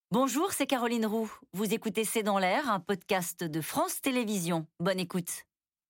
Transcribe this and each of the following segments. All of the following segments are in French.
Bonjour, c'est Caroline Roux. Vous écoutez C'est dans l'air, un podcast de France Télévisions. Bonne écoute.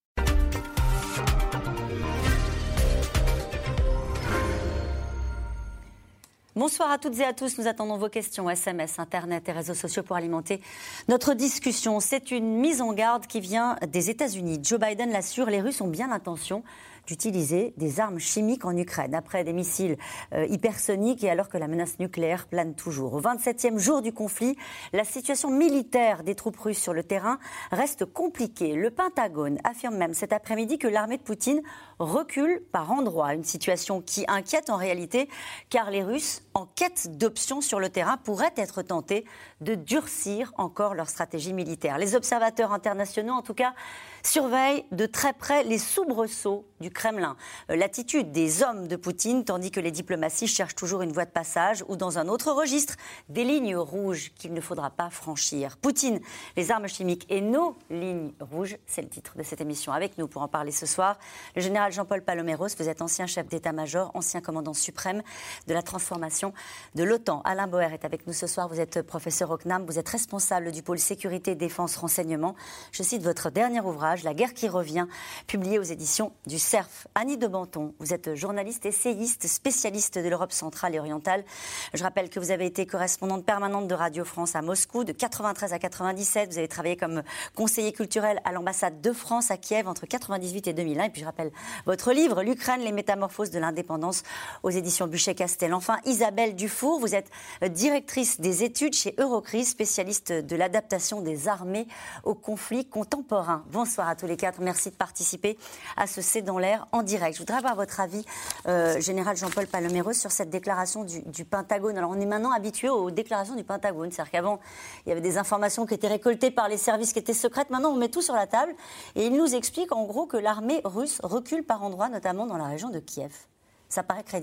Bonsoir à toutes et à tous. Nous attendons vos questions, SMS, Internet et réseaux sociaux pour alimenter notre discussion. C'est une mise en garde qui vient des États-Unis. Joe Biden l'assure, les Russes ont bien l'intention d'utiliser des armes chimiques en Ukraine, après des missiles hypersoniques et alors que la menace nucléaire plane toujours. Au 27e jour du conflit, la situation militaire des troupes russes sur le terrain reste compliquée. Le Pentagone affirme même cet après-midi que l'armée de Poutine recule par endroits. Une situation qui inquiète en réalité, car les Russes, en quête d'options sur le terrain, pourraient être tentés de durcir encore leur stratégie militaire. Les observateurs internationaux, en tout cas, surveillent de très près les soubresauts du Kremlin, l'attitude des hommes de Poutine, tandis que les diplomaties cherchent toujours une voie de passage ou, dans un autre registre, des lignes rouges qu'il ne faudra pas franchir. Poutine, les armes chimiques et nos lignes rouges, c'est le titre de cette émission. Avec nous pour en parler ce soir, le général Jean-Paul Paloméros, vous êtes ancien chef d'état-major, ancien commandant suprême de la transformation de l'OTAN. Alain Boer est avec nous ce soir, vous êtes professeur au CNAM, vous êtes responsable du pôle sécurité, défense, renseignement. Je cite votre dernier ouvrage, La guerre qui revient, publié aux éditions du CERF. Annie de Banton, vous êtes journaliste, essayiste, spécialiste de l'Europe centrale et orientale. Je rappelle que vous avez été correspondante permanente de Radio France à Moscou de 93 à 97. Vous avez travaillé comme conseiller culturel à l'ambassade de France à Kiev entre 98 et 2001. Et puis je rappelle votre livre, L'Ukraine, les métamorphoses de l'indépendance, aux éditions Buchet-Castel. Enfin, Isabelle Dufour, vous êtes directrice des études chez Eurocrise, spécialiste de l'adaptation des armées aux conflits contemporains. Bonsoir à tous les quatre. Merci de participer à ce C'est dans l'air en direct. Je voudrais avoir votre avis, général Jean-Paul Paloméros, sur cette déclaration du Pentagone. Alors, on est maintenant habitué aux déclarations du Pentagone. C'est-à-dire qu'avant, il y avait des informations qui étaient récoltées par les services qui étaient secrètes. Maintenant, on met tout sur la table. Et il nous explique, en gros, que l'armée russe recule par endroits, notamment dans la région de Kiev. Ça paraît crédible ?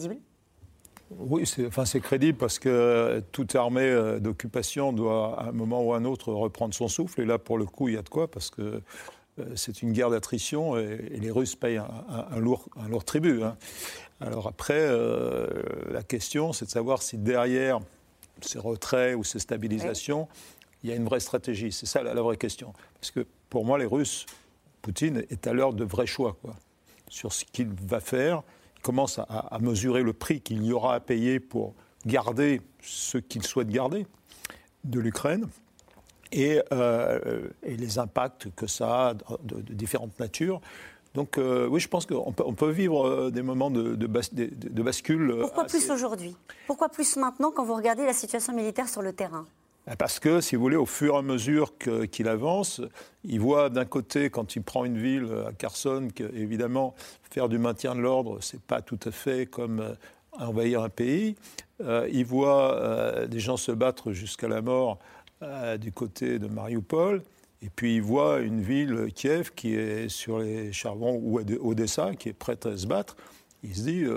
Oui, c'est crédible parce que toute armée d'occupation doit, à un moment ou à un autre, reprendre son souffle. Et là, pour le coup, il y a de quoi, parce que c'est une guerre d'attrition et les Russes payent un lourd tribut. Hein. Alors après, la question, c'est de savoir si derrière ces retraits ou ces stabilisations, il y a une vraie stratégie. C'est ça la vraie question. Parce que pour moi, les Russes, Poutine est à l'heure de vrais choix, quoi, sur ce qu'il va faire. Il commence à mesurer le prix qu'il y aura à payer pour garder ce qu'il souhaite garder de l'Ukraine. Et les impacts que ça a de différentes natures. Donc oui, je pense qu'on peut vivre des moments de bascule. Pourquoi plus aujourd'hui ? Pourquoi plus maintenant quand vous regardez la situation militaire sur le terrain ? Parce que, si vous voulez, au fur et à mesure qu'il avance, il voit d'un côté, quand il prend une ville à Kherson, qu'évidemment, faire du maintien de l'ordre, ce n'est pas tout à fait comme envahir un pays. Il voit des gens se battre jusqu'à la mort du côté de Mariupol, et puis il voit une ville, Kiev, qui est sur les charbons, ou Odessa, qui est prête à se battre. Il se dit,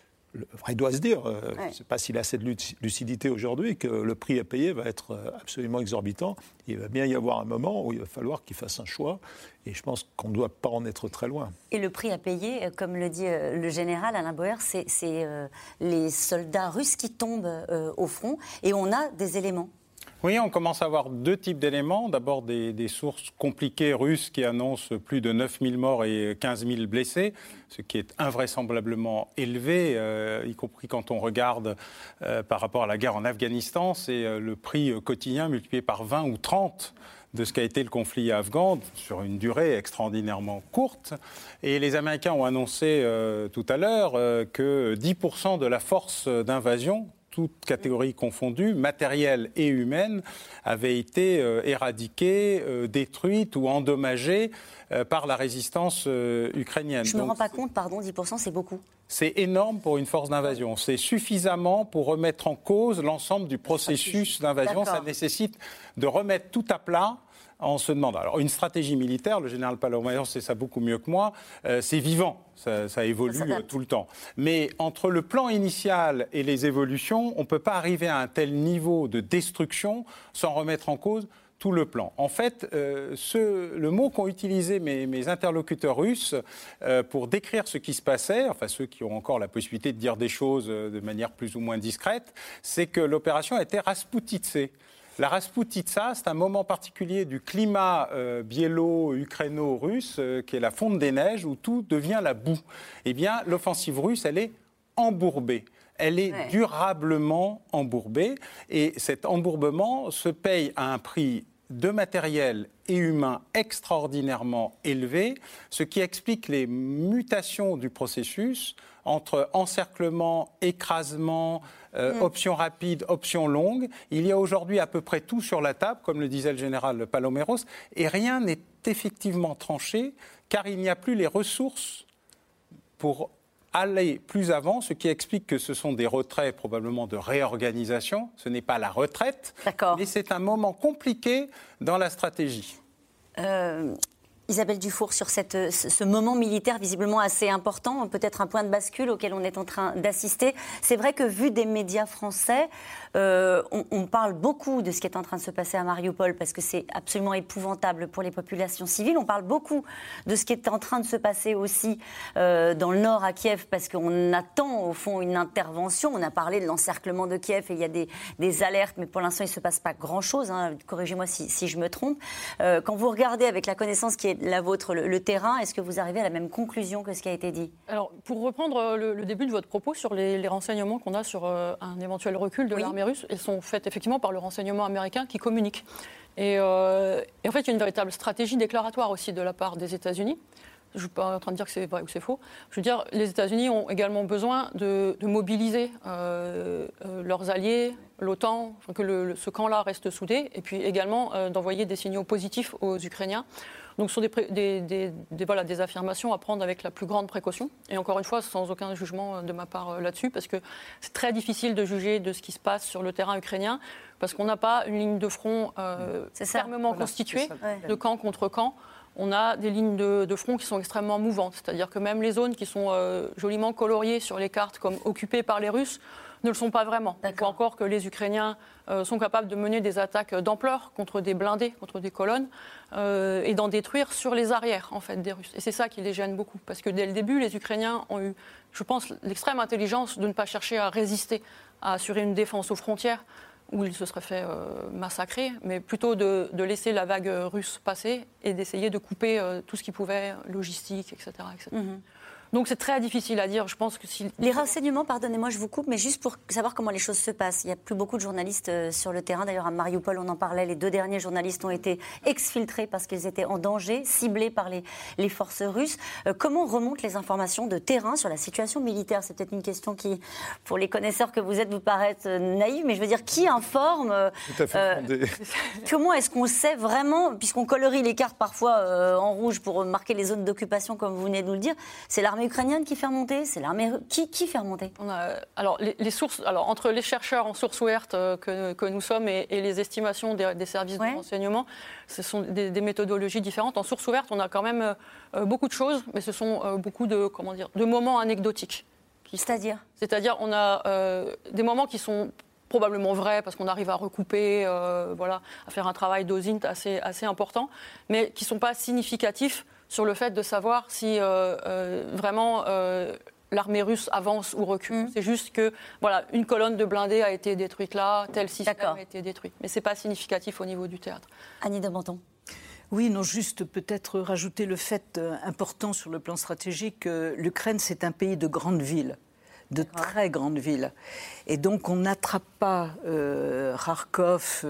il doit se dire, je ne sais pas s'il a cette lucidité aujourd'hui, que le prix à payer va être absolument exorbitant. Il va bien y avoir un moment où il va falloir qu'il fasse un choix, et je pense qu'on ne doit pas en être très loin. Et le prix à payer, comme le dit le général Alain Boer, c'est les soldats russes qui tombent au front, et on a des éléments. Oui, on commence à avoir deux types d'éléments. D'abord, des sources compliquées russes qui annoncent plus de 9000 morts et 15 000 blessés, ce qui est invraisemblablement élevé, y compris quand on regarde par rapport à la guerre en Afghanistan. C'est le prix quotidien multiplié par 20 ou 30 de ce qu'a été le conflit afghan sur une durée extraordinairement courte. Et les Américains ont annoncé tout à l'heure que 10% de la force d'invasion, toutes catégories confondues, matérielles et humaines, avaient été éradiquées, détruites ou endommagées par la résistance ukrainienne. Je ne me rends pas compte, pardon, 10%, c'est beaucoup. C'est énorme pour une force d'invasion. C'est suffisamment pour remettre en cause l'ensemble du processus d'invasion. Ça nécessite de remettre tout à plat. On se demande. Alors, une stratégie militaire, le général Paloméros sait ça beaucoup mieux que moi, c'est vivant, ça évolue tout le temps. Mais entre le plan initial et les évolutions, on ne peut pas arriver à un tel niveau de destruction sans remettre en cause tout le plan. En fait, le mot qu'ont utilisé mes interlocuteurs russes pour décrire ce qui se passait, enfin ceux qui ont encore la possibilité de dire des choses de manière plus ou moins discrète, c'est que l'opération était rasputitsée. La Rasputitsa, c'est un moment particulier du climat biélo-ukraino-russe, qui est la fonte des neiges, où tout devient la boue. Eh bien, l'offensive russe, elle est embourbée. Elle est durablement embourbée. Et cet embourbement se paye à un prix de matériel et humain extraordinairement élevé, ce qui explique les mutations du processus entre encerclement, écrasement, option rapide, option longue. Il y a aujourd'hui à peu près tout sur la table, comme le disait le général Paloméros, et rien n'est effectivement tranché, car il n'y a plus les ressources pour aller plus avant, ce qui explique que ce sont des retraits probablement de réorganisation. Ce n'est pas la retraite, mais c'est un moment compliqué dans la stratégie. Isabelle Dufour, sur ce moment militaire visiblement assez important, peut-être un point de bascule auquel on est en train d'assister. C'est vrai que vu des médias français, on parle beaucoup de ce qui est en train de se passer à Mariupol parce que c'est absolument épouvantable pour les populations civiles. On parle beaucoup de ce qui est en train de se passer aussi dans le nord à Kiev parce qu'on attend au fond une intervention. On a parlé de l'encerclement de Kiev et il y a des alertes, mais pour l'instant il ne se passe pas grand-chose. Hein. Corrigez-moi si je me trompe. Quand vous regardez avec la connaissance qui est la vôtre, le terrain, est-ce que vous arrivez à la même conclusion que ce qui a été dit ? Alors, pour reprendre le début de votre propos sur les renseignements qu'on a sur un éventuel recul de l'armée russe, ils sont faits effectivement par le renseignement américain qui communique. Et en fait, il y a une véritable stratégie déclaratoire aussi de la part des États-Unis. Je ne suis pas en train de dire que c'est vrai ou c'est faux. Je veux dire, les États-Unis ont également besoin de mobiliser leurs alliés, l'OTAN, que ce camp-là reste soudé, et puis également d'envoyer des signaux positifs aux Ukrainiens. Donc ce sont des affirmations à prendre avec la plus grande précaution. Et encore une fois, sans aucun jugement de ma part là-dessus, parce que c'est très difficile de juger de ce qui se passe sur le terrain ukrainien, parce qu'on n'a pas une ligne de front fermement constituée, de camp contre camp. On a des lignes de front qui sont extrêmement mouvantes. C'est-à-dire que même les zones qui sont joliment coloriées sur les cartes comme occupées par les Russes ne le sont pas vraiment. Il faut encore que les Ukrainiens sont capables de mener des attaques d'ampleur contre des blindés, contre des colonnes, et d'en détruire sur les arrières en fait, des Russes. Et c'est ça qui les gêne beaucoup. Parce que dès le début, les Ukrainiens ont eu, je pense, l'extrême intelligence de ne pas chercher à résister, à assurer une défense aux frontières, où ils se seraient fait massacrer, mais plutôt de laisser la vague russe passer et d'essayer de couper tout ce qui pouvait, logistique, etc. etc. Mm-hmm. Donc c'est très difficile à dire. Je pense que si... Les renseignements, pardonnez-moi, je vous coupe, mais juste pour savoir comment les choses se passent. Il n'y a plus beaucoup de journalistes sur le terrain. D'ailleurs, à Mariupol, on en parlait. Les 2 derniers journalistes ont été exfiltrés parce qu'ils étaient en danger, ciblés par les forces russes. Comment remontent les informations de terrain sur la situation militaire ? C'est peut-être une question qui, pour les connaisseurs que vous êtes, vous paraît naïve, mais je veux dire, qui informe Tout à fait fondé. Comment est-ce qu'on sait vraiment, puisqu'on colorie les cartes parfois en rouge pour marquer les zones d'occupation, comme vous venez de nous le dire, c'est l'armée ukrainienne qui fait remonter, c'est l'armée qui fait remonter. Alors les sources, entre les chercheurs en source ouverte que nous sommes et les estimations des services de renseignement, ce sont des méthodologies différentes. En source ouverte, on a quand même beaucoup de choses, mais ce sont beaucoup de moments anecdotiques. C'est-à-dire, on a des moments qui sont probablement vrais parce qu'on arrive à recouper, à faire un travail d'OSINT assez important, mais qui ne sont pas significatifs sur le fait de savoir si vraiment l'armée russe avance ou recule. C'est juste que une colonne de blindés a été détruite là, tel système a été détruit. Mais ce n'est pas significatif au niveau du théâtre. Annie de Menton. Oui, non, juste peut-être rajouter le fait important sur le plan stratégique que l'Ukraine, c'est un pays de grandes villes, de très grandes villes. Et donc, on n'attrape pas Kharkov,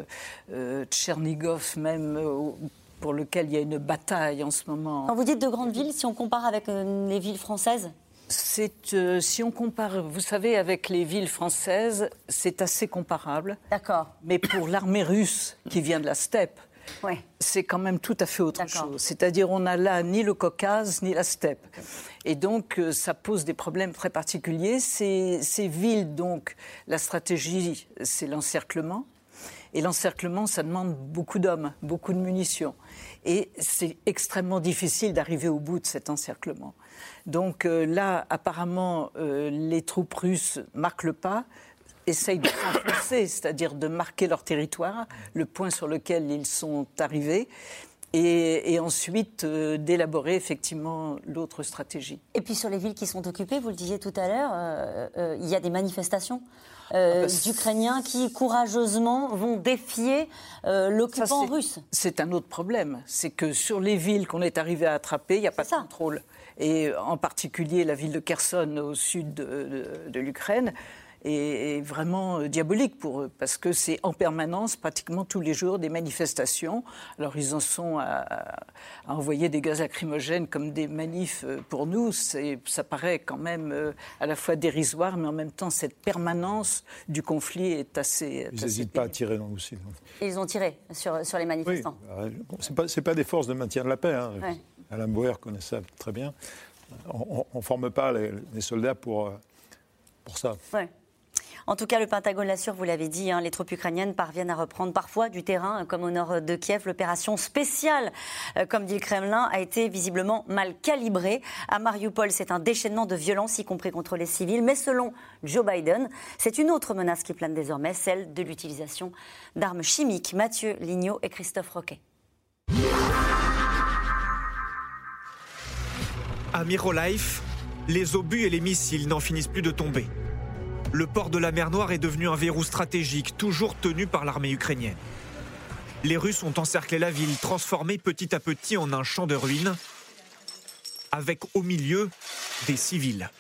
Tchernigov même, pour lequel il y a une bataille en ce moment. Quand vous dites de grandes villes, si on compare avec les villes françaises ? Si on compare, vous savez, avec les villes françaises, c'est assez comparable. D'accord. Mais pour l'armée russe qui vient de la steppe, c'est quand même tout à fait autre chose. C'est-à-dire, on n'a là ni le Caucase, ni la steppe. Okay. Et donc, ça pose des problèmes très particuliers. Ces villes, donc, la stratégie, c'est l'encerclement. Et l'encerclement, ça demande beaucoup d'hommes, beaucoup de munitions. Et c'est extrêmement difficile d'arriver au bout de cet encerclement. Donc là, apparemment, les troupes russes marquent le pas, essayent de s'enfoncer, c'est-à-dire de marquer leur territoire, le point sur lequel ils sont arrivés. et ensuite d'élaborer effectivement l'autre stratégie. Et puis sur les villes qui sont occupées, vous le disiez tout à l'heure, il y a des manifestations d'Ukrainiens qui courageusement vont défier l'occupant russe. C'est un autre problème, c'est que sur les villes qu'on est arrivé à attraper, il n'y a pas de contrôle. Et en particulier la ville de Kherson au sud de l'Ukraine est vraiment diabolique pour eux, parce que c'est en permanence, pratiquement tous les jours, des manifestations. Alors ils en sont à envoyer des gaz lacrymogènes comme des manifs pour nous. Ça paraît quand même à la fois dérisoire, mais en même temps, cette permanence du conflit est assez... Ils n'hésitent pas à tirer là aussi. Ils ont tiré sur les manifestants. Oui. C'est pas des forces de maintien de la paix. Hein. Ouais. Alain Bauer connaît ça très bien. On ne forme pas les soldats pour ça. Ouais. En tout cas, le Pentagone l'assure, vous l'avez dit, les troupes ukrainiennes parviennent à reprendre parfois du terrain, comme au nord de Kiev. L'opération spéciale, comme dit le Kremlin, a été visiblement mal calibrée. À Mariupol, c'est un déchaînement de violence, y compris contre les civils. Mais selon Joe Biden, c'est une autre menace qui plane désormais, celle de l'utilisation d'armes chimiques. Mathieu Lignot et Christophe Roquet. À Mykolaiv, les obus et les missiles n'en finissent plus de tomber. Le port de la mer Noire est devenu un verrou stratégique, toujours tenu par l'armée ukrainienne. Les Russes ont encerclé la ville, transformée petit à petit en un champ de ruines, avec au milieu des civils.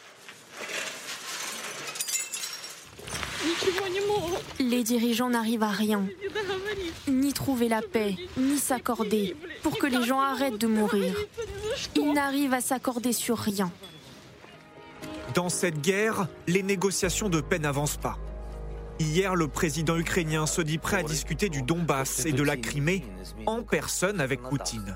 Les dirigeants n'arrivent à rien, ni trouver la paix, ni s'accorder, pour que les gens arrêtent de mourir. Ils n'arrivent à s'accorder sur rien. Dans cette guerre, les négociations de paix n'avancent pas. Hier, le président ukrainien se dit prêt à discuter du Donbass et de la Crimée en personne avec Poutine.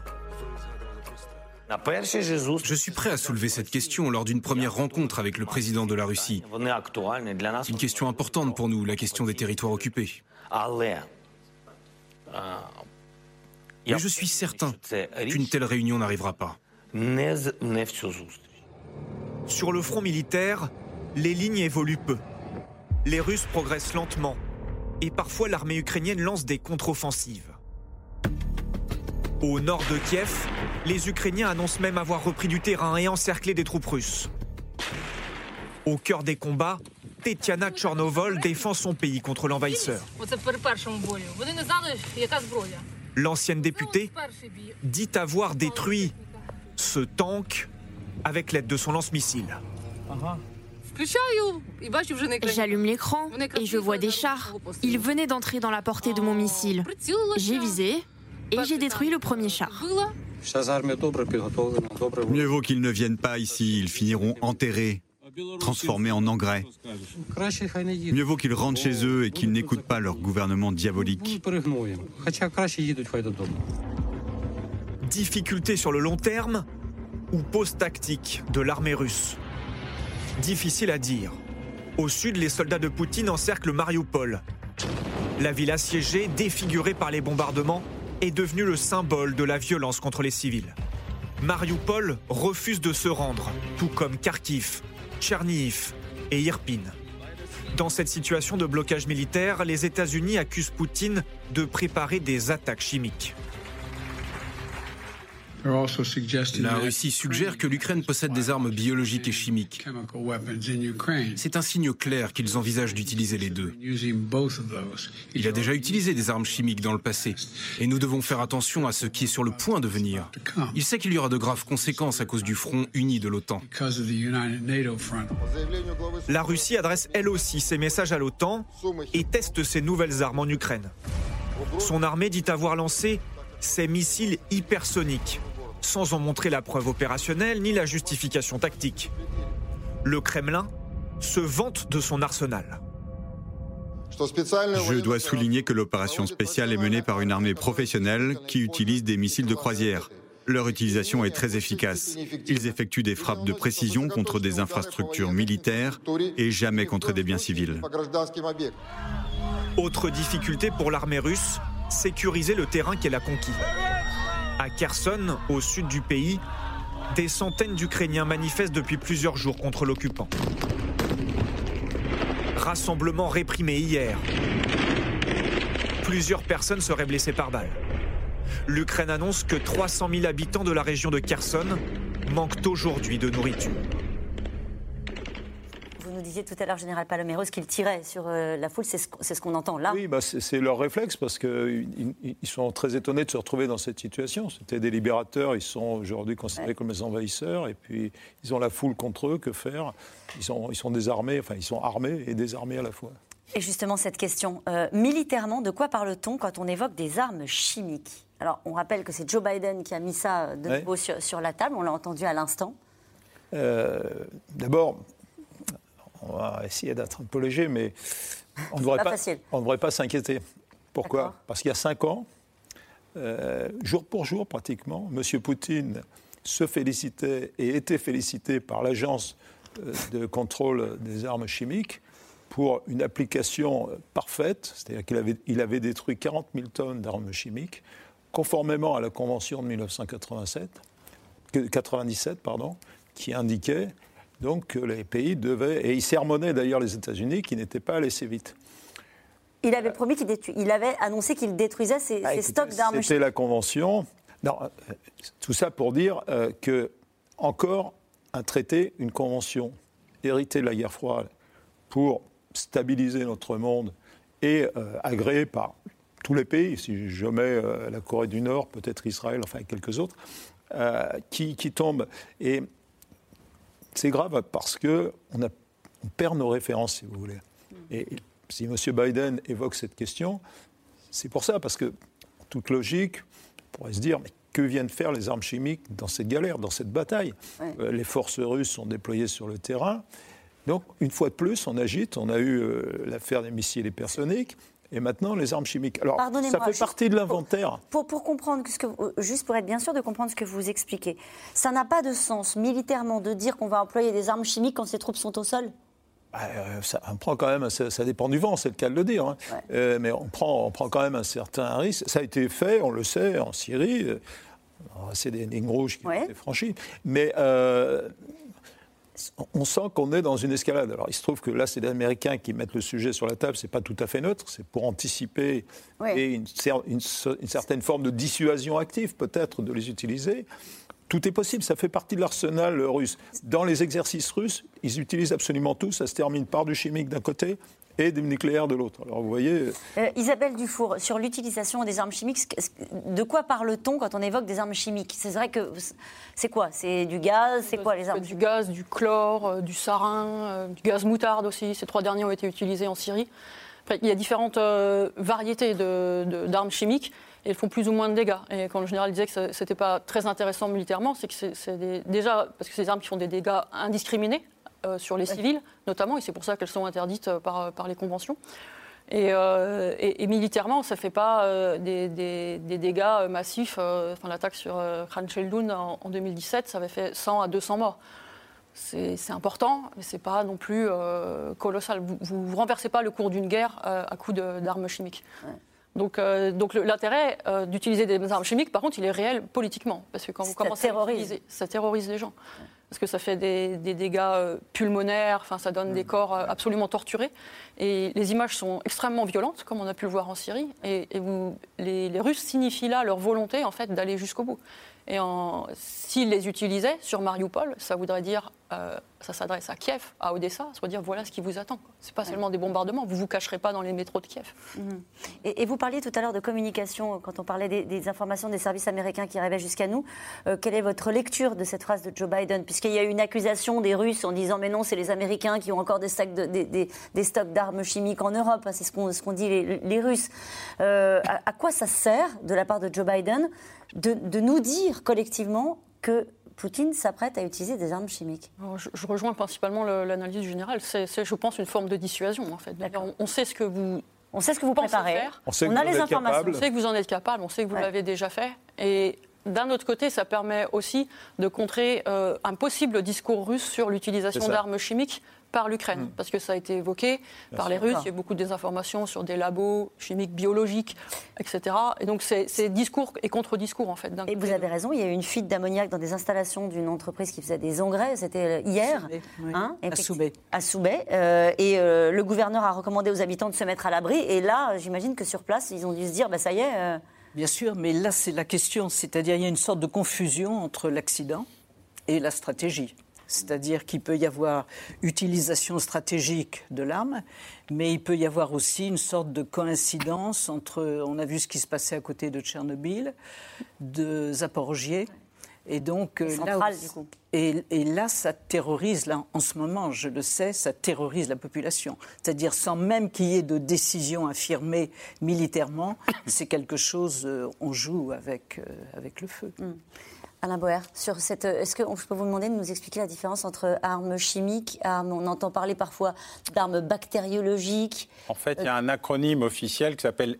Je suis prêt à soulever cette question lors d'une première rencontre avec le président de la Russie. C'est une question importante pour nous, la question des territoires occupés. Mais je suis certain qu'une telle réunion n'arrivera pas. Sur le front militaire, les lignes évoluent peu. Les Russes progressent lentement et parfois l'armée ukrainienne lance des contre-offensives. Au nord de Kiev, les Ukrainiens annoncent même avoir repris du terrain et encerclé des troupes russes. Au cœur des combats, Tetiana Tchornovol défend son pays contre l'envahisseur. L'ancienne députée dit avoir détruit ce tank avec l'aide de son lance-missile. J'allume l'écran et je vois des chars. Ils venaient d'entrer dans la portée de mon missile. J'ai visé et j'ai détruit le premier char. Mieux vaut qu'ils ne viennent pas ici, ils finiront enterrés, transformés en engrais. Mieux vaut qu'ils rentrent chez eux et qu'ils n'écoutent pas leur gouvernement diabolique. Difficulté sur le long terme ou pause tactique de l'armée russe? Difficile à dire. Au sud, les soldats de Poutine encerclent Mariupol. La ville assiégée, défigurée par les bombardements, est devenue le symbole de la violence contre les civils. Mariupol refuse de se rendre, tout comme Kharkiv, Tchernihiv et Irpin. Dans cette situation de blocage militaire, les États-Unis accusent Poutine de préparer des attaques chimiques. La Russie suggère que l'Ukraine possède des armes biologiques et chimiques. C'est un signe clair qu'ils envisagent d'utiliser les deux. Il a déjà utilisé des armes chimiques dans le passé, et nous devons faire attention à ce qui est sur le point de venir. Il sait qu'il y aura de graves conséquences à cause du front uni de l'OTAN. La Russie adresse elle aussi ses messages à l'OTAN et teste ses nouvelles armes en Ukraine. Son armée dit avoir lancé ses missiles hypersoniques, sans en montrer la preuve opérationnelle ni la justification tactique. Le Kremlin se vante de son arsenal. Je dois souligner que l'opération spéciale est menée par une armée professionnelle qui utilise des missiles de croisière. Leur utilisation est très efficace. Ils effectuent des frappes de précision contre des infrastructures militaires et jamais contre des biens civils. Autre difficulté pour l'armée russe, sécuriser le terrain qu'elle a conquis. À Kherson, au sud du pays, des centaines d'Ukrainiens manifestent depuis plusieurs jours contre l'occupant. Rassemblement réprimé hier. Plusieurs personnes seraient blessées par balle. L'Ukraine annonce que 300 000 habitants de la région de Kherson manquent aujourd'hui de nourriture. Vous nous disiez tout à l'heure, Général Paloméros, qu'ils tiraient sur la foule, c'est ce qu'on entend là. Oui, c'est leur réflexe parce qu'ils sont très étonnés de se retrouver dans cette situation. C'était des libérateurs, ils sont aujourd'hui considérés comme des envahisseurs et puis ils ont la foule contre eux, que faire ? Ils sont désarmés, enfin ils sont armés et désarmés à la fois. Et justement, cette question, militairement, de quoi parle-t-on quand on évoque des armes chimiques ? Alors, on rappelle que c'est Joe Biden qui a mis ça de nouveau sur la table, on l'a entendu à l'instant. D'abord, on va essayer d'être un peu léger, mais on ne devrait pas s'inquiéter. Pourquoi ? D'accord. Parce qu'il y a 5 ans, jour pour jour pratiquement, M. Poutine se félicitait et était félicité par l'agence de contrôle des armes chimiques pour une application parfaite, c'est-à-dire qu'il avait détruit 40 000 tonnes d'armes chimiques, conformément à la Convention de 1997, qui indiquait donc que les pays devaient, et il sermonnait d'ailleurs les États-Unis qui n'étaient pas allés si vite. Il avait promis il avait annoncé qu'il détruisait ses stocks d'armes chimiques. C'était la Convention. Non, tout ça pour dire que encore un traité, une convention héritée de la guerre froide pour stabiliser notre monde et agréée par tous les pays, si je mets la Corée du Nord, peut-être Israël, enfin quelques autres, qui tombent. Et c'est grave parce qu'on perd nos références, si vous voulez. Et si M. Biden évoque cette question, c'est pour ça, parce que, en toute logique, on pourrait se dire, mais que viennent faire les armes chimiques dans cette galère, dans cette bataille ? Les forces russes sont déployées sur le terrain. Donc, une fois de plus, on agite. On a eu l'affaire des missiles hypersoniques. Et maintenant, les armes chimiques. Alors, ça fait partie de l'inventaire. Pour comprendre, juste pour être bien sûr de comprendre ce que vous expliquez, ça n'a pas de sens militairement de dire qu'on va employer des armes chimiques quand ces troupes sont au sol ? Ça prend quand même, ça dépend du vent, c'est le cas de le dire. Hein. Mais on prend quand même un certain risque. Ça a été fait, on le sait, en Syrie. C'est des lignes rouges qui ont été franchies. Mais on sent qu'on est dans une escalade. Alors, il se trouve que là, c'est les Américains qui mettent le sujet sur la table. C'est pas tout à fait neutre. C'est pour anticiper et une certaine forme de dissuasion active, peut-être, de les utiliser. Tout est possible, ça fait partie de l'arsenal russe. Dans les exercices russes, ils utilisent absolument tout. Ça se termine par du chimique d'un côté et du nucléaire de l'autre. Alors vous voyez... Isabelle Dufour, sur l'utilisation des armes chimiques, de quoi parle-t-on quand on évoque des armes chimiques ? C'est vrai que... C'est quoi ? C'est du gaz ? C'est quoi les armes ? Du gaz, du chlore, du sarin, du gaz moutarde aussi. Ces 3 derniers ont été utilisés en Syrie. Après, il y a différentes variétés d'armes chimiques. Et elles font plus ou moins de dégâts. Et quand le général disait que ce n'était pas très intéressant militairement, c'est que déjà parce que c'est des armes qui font des dégâts indiscriminés sur les civils, notamment, et c'est pour ça qu'elles sont interdites par les conventions. Et militairement, ça ne fait pas des dégâts massifs. L'attaque sur Khan Sheldon en 2017, ça avait fait 100 à 200 morts. C'est important, mais ce n'est pas non plus colossal. Vous ne renversez pas le cours d'une guerre à coup d'armes chimiques. Ouais. Donc l'intérêt d'utiliser des armes chimiques, par contre, il est réel politiquement. Parce que quand vous commencez à utiliser, ça terrorise les gens. Parce que ça fait des dégâts pulmonaires, ça donne des corps absolument torturés. Et les images sont extrêmement violentes, comme on a pu le voir en Syrie. Et les Russes signifient là leur volonté, en fait, d'aller jusqu'au bout. Et s'ils les utilisaient sur Mariupol, ça voudrait dire, ça s'adresse à Kiev, à Odessa, ça veut dire voilà ce qui vous attend. Ce n'est pas seulement des bombardements, vous ne vous cacherez pas dans les métros de Kiev. Et vous parliez tout à l'heure de communication, quand on parlait des informations des services américains qui arrivaient jusqu'à nous. Quelle est votre lecture de cette phrase de Joe Biden ? Puisqu'il y a eu une accusation des Russes en disant mais non, c'est les Américains qui ont encore des stocks d'armes chimiques en Europe, c'est ce qu'ont dit les Russes. À quoi ça sert, de la part de Joe Biden, de nous dire collectivement que Poutine s'apprête à utiliser des armes chimiques? Je rejoins principalement l'analyse du général. C'est, je pense, une forme de dissuasion, en fait. On sait ce que vous... On sait ce que vous préparez. On a les informations. On sait que vous en êtes capable. On sait que vous l'avez déjà fait. Et d'un autre côté, ça permet aussi de contrer un possible discours russe sur l'utilisation d'armes chimiques par l'Ukraine, parce que ça a été évoqué par les Russes. Il y a beaucoup de désinformations sur des labos chimiques, biologiques, etc. Et donc c'est discours et contre-discours, en fait. Et vous avez raison, il y a eu une fuite d'ammoniac dans des installations d'une entreprise qui faisait des engrais, c'était hier. À Soubey. Et le gouverneur a recommandé aux habitants de se mettre à l'abri. Et là, j'imagine que sur place, ils ont dû se dire, ça y est... Bien sûr, mais là, c'est la question. C'est-à-dire, il y a une sorte de confusion entre l'accident et la stratégie. C'est-à-dire qu'il peut y avoir utilisation stratégique de l'arme, mais il peut y avoir aussi une sorte de coïncidence entre, on a vu ce qui se passait à côté de Tchernobyl, de Zaporožié, et donc centrale, du coup. Et là, ça terrorise, là, en ce moment, je le sais, ça terrorise la population. C'est-à-dire, sans même qu'il y ait de décision affirmée militairement, c'est quelque chose, on joue avec le feu. Alain Boer, est-ce que je peux vous demander de nous expliquer la différence entre armes chimiques, on entend parler parfois d'armes bactériologiques. En fait, il y a un acronyme officiel qui s'appelle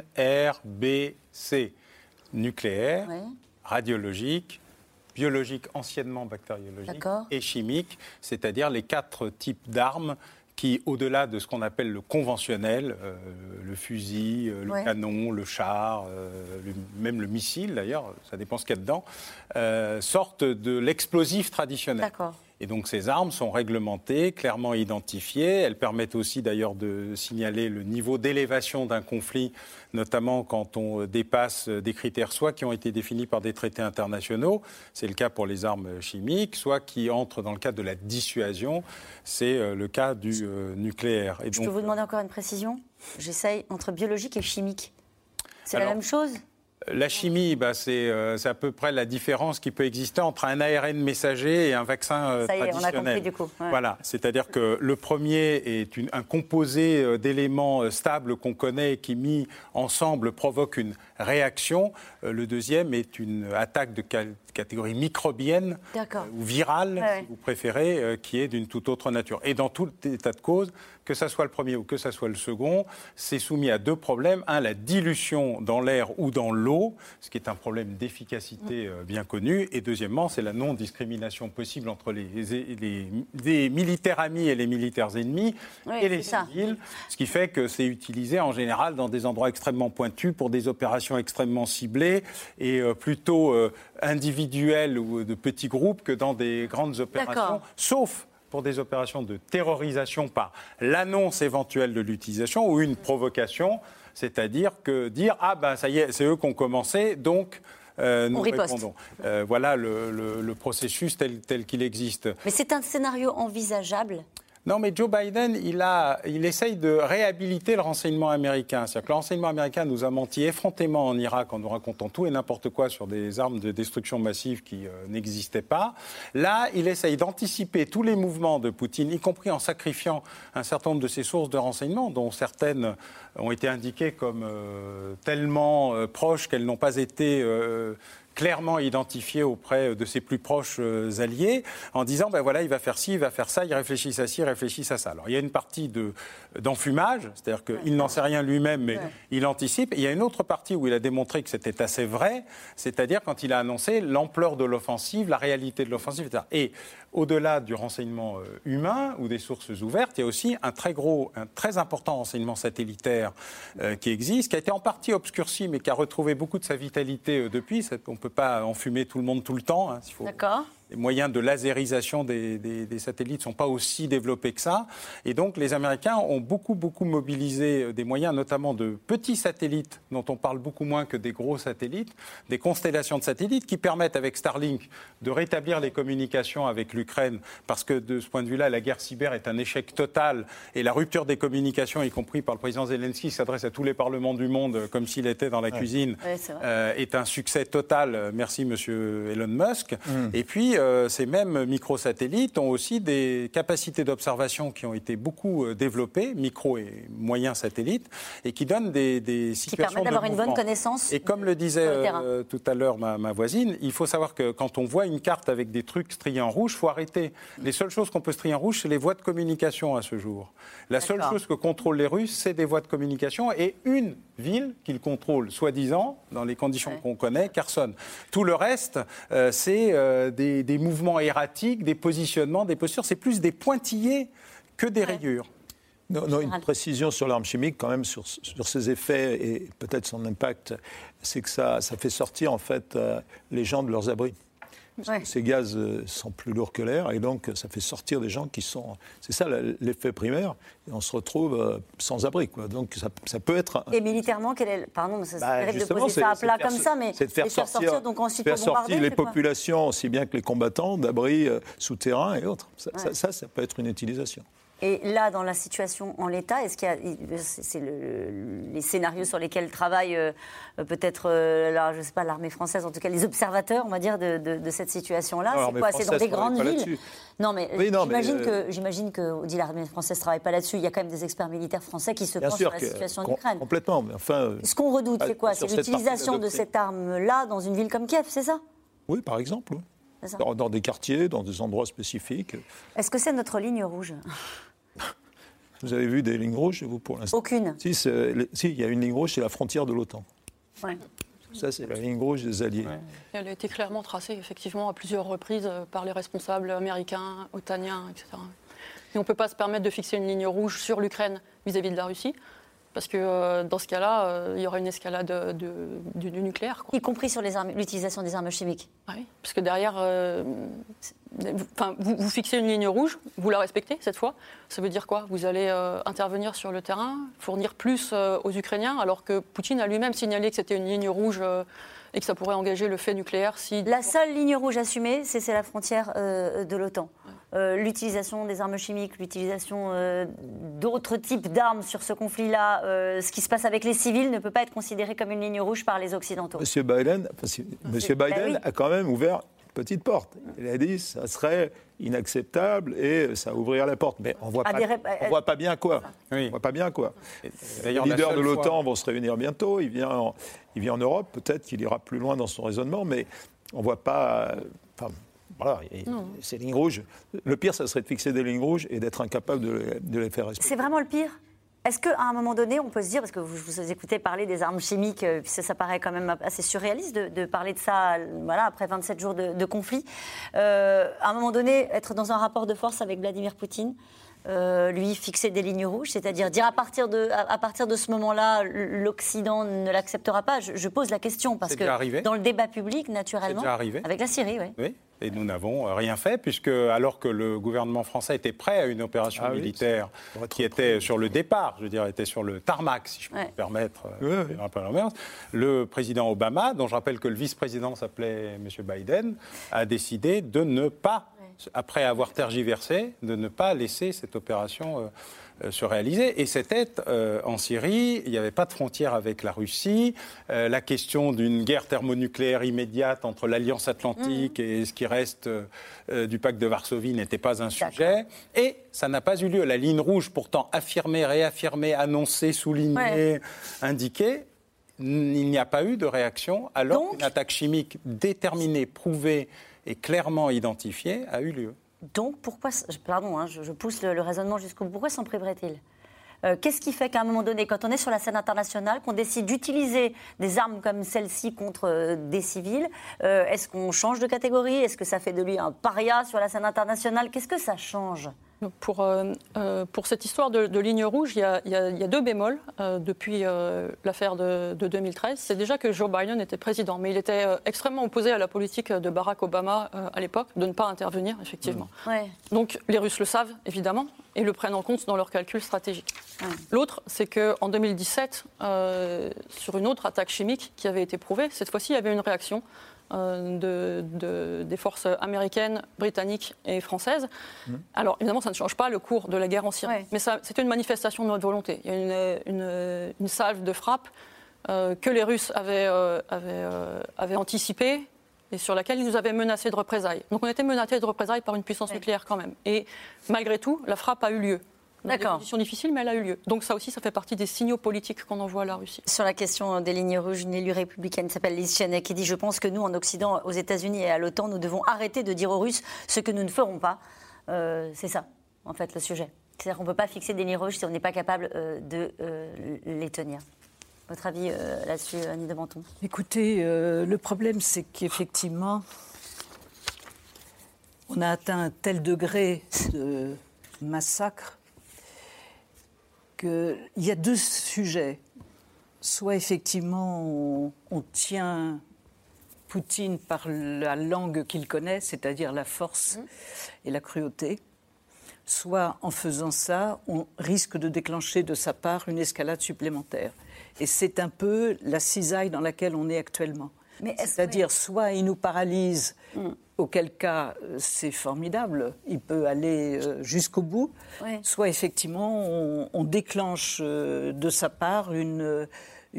NRBC, nucléaire, radiologique, biologique, anciennement bactériologique, et chimique, c'est-à-dire les 4 types d'armes qui, au-delà de ce qu'on appelle le conventionnel, le fusil, le canon, le char, même le missile d'ailleurs, ça dépend ce qu'il y a dedans, sortent de l'explosif traditionnel. D'accord. Et donc ces armes sont réglementées, clairement identifiées. Elles permettent aussi d'ailleurs de signaler le niveau d'élévation d'un conflit, notamment quand on dépasse des critères soit qui ont été définis par des traités internationaux, c'est le cas pour les armes chimiques, soit qui entrent dans le cadre de la dissuasion, c'est le cas du nucléaire. Et je peux vous demander encore une précision ? J'essaye, entre biologique et chimique. C'est la même chose ? La chimie, c'est à peu près la différence qui peut exister entre un ARN messager et un vaccin traditionnel. Ça y est, on a compris du coup. Ouais. Voilà, c'est-à-dire que le premier est un composé d'éléments stables qu'on connaît et qui, mis ensemble, provoque une réaction. Le deuxième est une attaque de catégorie microbienne ou virale, si vous préférez, qui est d'une toute autre nature. Et dans tout état de cause, que ça soit le premier ou que ça soit le second, c'est soumis à 2 problèmes. Un, la dilution dans l'air ou dans l'eau, ce qui est un problème d'efficacité bien connu. Et deuxièmement, c'est la non-discrimination possible entre les militaires amis et les militaires ennemis et les civils. Ce qui fait que c'est utilisé en général dans des endroits extrêmement pointus pour des opérations extrêmement ciblées et plutôt individuelles ou de petits groupes que dans des grandes opérations, sauf pour des opérations de terrorisation par l'annonce éventuelle de l'utilisation ou une provocation, c'est-à-dire que dire « Ah ben ça y est, c'est eux qui ont commencé, donc nous répondons ». Voilà le processus tel qu'il existe. Mais c'est un scénario envisageable ? Non, mais Joe Biden, il essaye de réhabiliter le renseignement américain. C'est-à-dire que le renseignement américain nous a menti effrontément en Irak en nous racontant tout et n'importe quoi sur des armes de destruction massive qui n'existaient pas. Là, il essaye d'anticiper tous les mouvements de Poutine, y compris en sacrifiant un certain nombre de ses sources de renseignement, dont certaines ont été indiquées comme tellement proches qu'elles n'ont pas été clairement identifié auprès de ses plus proches alliés, en disant, ben voilà, il va faire ci, il va faire ça, il réfléchit à ci, il réfléchit à ça. Alors, il y a une partie d'enfumage, c'est-à-dire qu'il n'en sait rien lui-même, mais il anticipe. Et il y a une autre partie où il a démontré que c'était assez vrai, c'est-à-dire quand il a annoncé l'ampleur de l'offensive, la réalité de l'offensive, etc. Et au-delà du renseignement humain ou des sources ouvertes, il y a aussi un très important renseignement satellitaire qui existe, qui a été en partie obscurci, mais qui a retrouvé beaucoup de sa vitalité depuis. On ne peut pas enfumer tout le monde tout le temps. Hein, D'accord. Les moyens de lasérisation des satellites ne sont pas aussi développés que ça. Et donc, les Américains ont beaucoup mobilisé des moyens, notamment de petits satellites, dont on parle beaucoup moins que des gros satellites, des constellations de satellites qui permettent, avec Starlink, de rétablir les communications avec l'Ukraine, parce que de ce point de vue-là, la guerre cyber est un échec total. Et la rupture des communications, y compris par le président Zelensky, qui s'adresse à tous les parlements du monde, comme s'il était dans la cuisine, est un succès total. Merci, monsieur Elon Musk. Et puis, ces mêmes microsatellites ont aussi des capacités d'observation qui ont été beaucoup développées, micro et moyens satellites, et qui donnent des situations qui permettent d'avoir une bonne connaissance. Et comme le disait tout à l'heure ma voisine, il faut savoir que quand on voit une carte avec des trucs striés en rouge, il faut arrêter. Les seules choses qu'on peut strier en rouge, c'est les voies de communication à ce jour. La seule chose que contrôlent les Russes, c'est des voies de communication et une ville qu'ils contrôlent, soi-disant, dans les conditions qu'on connaît, Kherson. Tout le reste, c'est des mouvements erratiques, des positionnements, des postures. C'est plus des pointillés que des rayures. Non, une précision sur l'arme chimique, quand même, sur ses effets et peut-être son impact, c'est que ça fait sortir, en fait, les gens de leurs abris. Ces gaz sont plus lourds que l'air et donc ça fait sortir des gens qui sont... C'est ça l'effet primaire et on se retrouve sans abri. Quoi. Donc ça peut être... Et militairement, pardon, c'est terrible de poser ça à plat comme ça, mais c'est de faire sortir donc ensuite faire bombarder, sortir les populations aussi bien que les combattants d'abris souterrains et autres. Ça peut être une utilisation. Et là, dans la situation en l'état, est-ce qu'il y a, c'est les scénarios sur lesquels travaille peut-être, je sais pas, l'armée française, en tout cas les observateurs, on va dire, de cette situation-là. C'est quoi ? C'est dans des grandes villes ? Non, mais j'imagine que dit l'armée française ne travaille pas là-dessus. Il y a quand même des experts militaires français qui se penchent sur la situation en Ukraine. Complètement, mais enfin... Ce qu'on redoute, c'est quoi ? C'est l'utilisation de cette arme-là dans une ville comme Kiev, c'est ça ? Oui, par exemple. Oui. Dans des quartiers, dans des endroits spécifiques. Est-ce que c'est notre ligne rouge ? Vous avez vu des lignes rouges, vous, pour l'instant ? Aucune. Si, il y a une ligne rouge, c'est la frontière de l'OTAN. Ouais. Ça, c'est la ligne rouge des alliés. Ouais. Elle a été clairement tracée, effectivement, à plusieurs reprises par les responsables américains, otaniens, etc. Et on ne peut pas se permettre de fixer une ligne rouge sur l'Ukraine vis-à-vis de la Russie. Parce que dans ce cas-là, il y aura une escalade du nucléaire. Quoi. Y compris sur l'utilisation des armes chimiques. Oui, parce que derrière, vous fixez une ligne rouge, vous la respectez cette fois. Ça veut dire quoi ? Vous allez intervenir sur le terrain, fournir plus aux Ukrainiens, alors que Poutine a lui-même signalé que c'était une ligne rouge et que ça pourrait engager le fait nucléaire. La seule ligne rouge assumée, c'est la frontière de l'OTAN. L'utilisation des armes chimiques, l'utilisation d'autres types d'armes sur ce conflit-là, ce qui se passe avec les civils ne peut pas être considéré comme une ligne rouge par les Occidentaux. Monsieur Biden a quand même ouvert une petite porte. Il a dit que ça serait inacceptable et ça ouvrirait la porte. Mais on ne voit pas bien quoi. Oui. On voit pas bien quoi. Les leaders de l'OTAN vont se réunir bientôt. Il vient en Europe. Peut-être qu'il ira plus loin dans son raisonnement, mais on ne voit pas... Voilà, ces lignes rouges. Le pire, ça serait de fixer des lignes rouges et d'être incapable de les faire respecter. C'est vraiment le pire ? Est-ce qu'à un moment donné, on peut se dire, parce que vous écoutez parler des armes chimiques, ça paraît quand même assez surréaliste de parler de ça après 27 jours de conflit, à un moment donné, être dans un rapport de force avec Vladimir Poutine, lui fixer des lignes rouges, c'est-à-dire dire à partir de ce moment-là, l'Occident ne l'acceptera pas. Je pose la question parce que dans le débat public, naturellement, avec la Syrie, oui. Et nous n'avons rien fait, puisque alors que le gouvernement français était prêt à une opération militaire qui était sur le départ, je veux dire, était sur le tarmac, si je peux me permettre, un peu l'inverse, le président Obama, dont je rappelle que le vice-président s'appelait M. Biden, a décidé de ne pas, après avoir tergiversé, de ne pas laisser cette opération se réaliser. Et c'était en Syrie, il n'y avait pas de frontière avec la Russie. La question d'une guerre thermonucléaire immédiate entre l'Alliance Atlantique et ce qui reste du pacte de Varsovie n'était pas un sujet. Et ça n'a pas eu lieu. La ligne rouge, pourtant affirmée, réaffirmée, annoncée, soulignée, indiquée, il n'y a pas eu de réaction alors qu'une attaque chimique déterminée, prouvée et clairement identifiée a eu lieu. Donc, pourquoi, je pousse le raisonnement jusqu'au bout, pourquoi s'en priverait-il ? Qu'est-ce qui fait qu'à un moment donné, quand on est sur la scène internationale, qu'on décide d'utiliser des armes comme celle-ci contre des civils, est-ce qu'on change de catégorie ? Est-ce que ça fait de lui un paria sur la scène internationale ? Qu'est-ce que ça change ? Pour cette histoire de ligne rouge, il y a deux bémols depuis l'affaire de 2013. C'est déjà que Joe Biden était président, mais il était extrêmement opposé à la politique de Barack Obama à l'époque, de ne pas intervenir, effectivement. Donc les Russes le savent, évidemment, et le prennent en compte dans leurs calculs stratégiques. L'autre, c'est qu'en 2017, sur une autre attaque chimique qui avait été prouvée, cette fois-ci, il y avait une réaction des forces américaines, britanniques et françaises. Alors, évidemment, ça ne change pas le cours de la guerre en Syrie. Mais c'était une manifestation de notre volonté. Il y a une salve de frappe que les Russes avaient anticipée et sur laquelle ils nous avaient menacés de représailles. Donc, on était menacés de représailles par une puissance nucléaire quand même. Et malgré tout, la frappe a eu lieu. Dans des conditions difficiles, mais elle a eu lieu. Donc ça aussi, ça fait partie des signaux politiques qu'on envoie à la Russie. Sur la question des lignes rouges, une élue républicaine s'appelle Liz Cheney qui dit « Je pense que nous, en Occident, aux États-Unis et à l'OTAN, nous devons arrêter de dire aux Russes ce que nous ne ferons pas. » C'est ça, en fait, le sujet. C'est-à-dire qu'on ne peut pas fixer des lignes rouges si on n'est pas capable de les tenir. Votre avis là-dessus, Annie de Menton ? Écoutez, le problème, c'est qu'effectivement, on a atteint un tel degré de massacre qu'il y a deux sujets. Soit effectivement on tient Poutine par la langue qu'il connaît, c'est-à-dire la force et la cruauté, soit en faisant ça, on risque de déclencher de sa part une escalade supplémentaire. Et c'est un peu la cisaille dans laquelle on est actuellement. C'est-à-dire, soit il nous paralyse, auquel cas c'est formidable, il peut aller jusqu'au bout, soit effectivement on déclenche de sa part une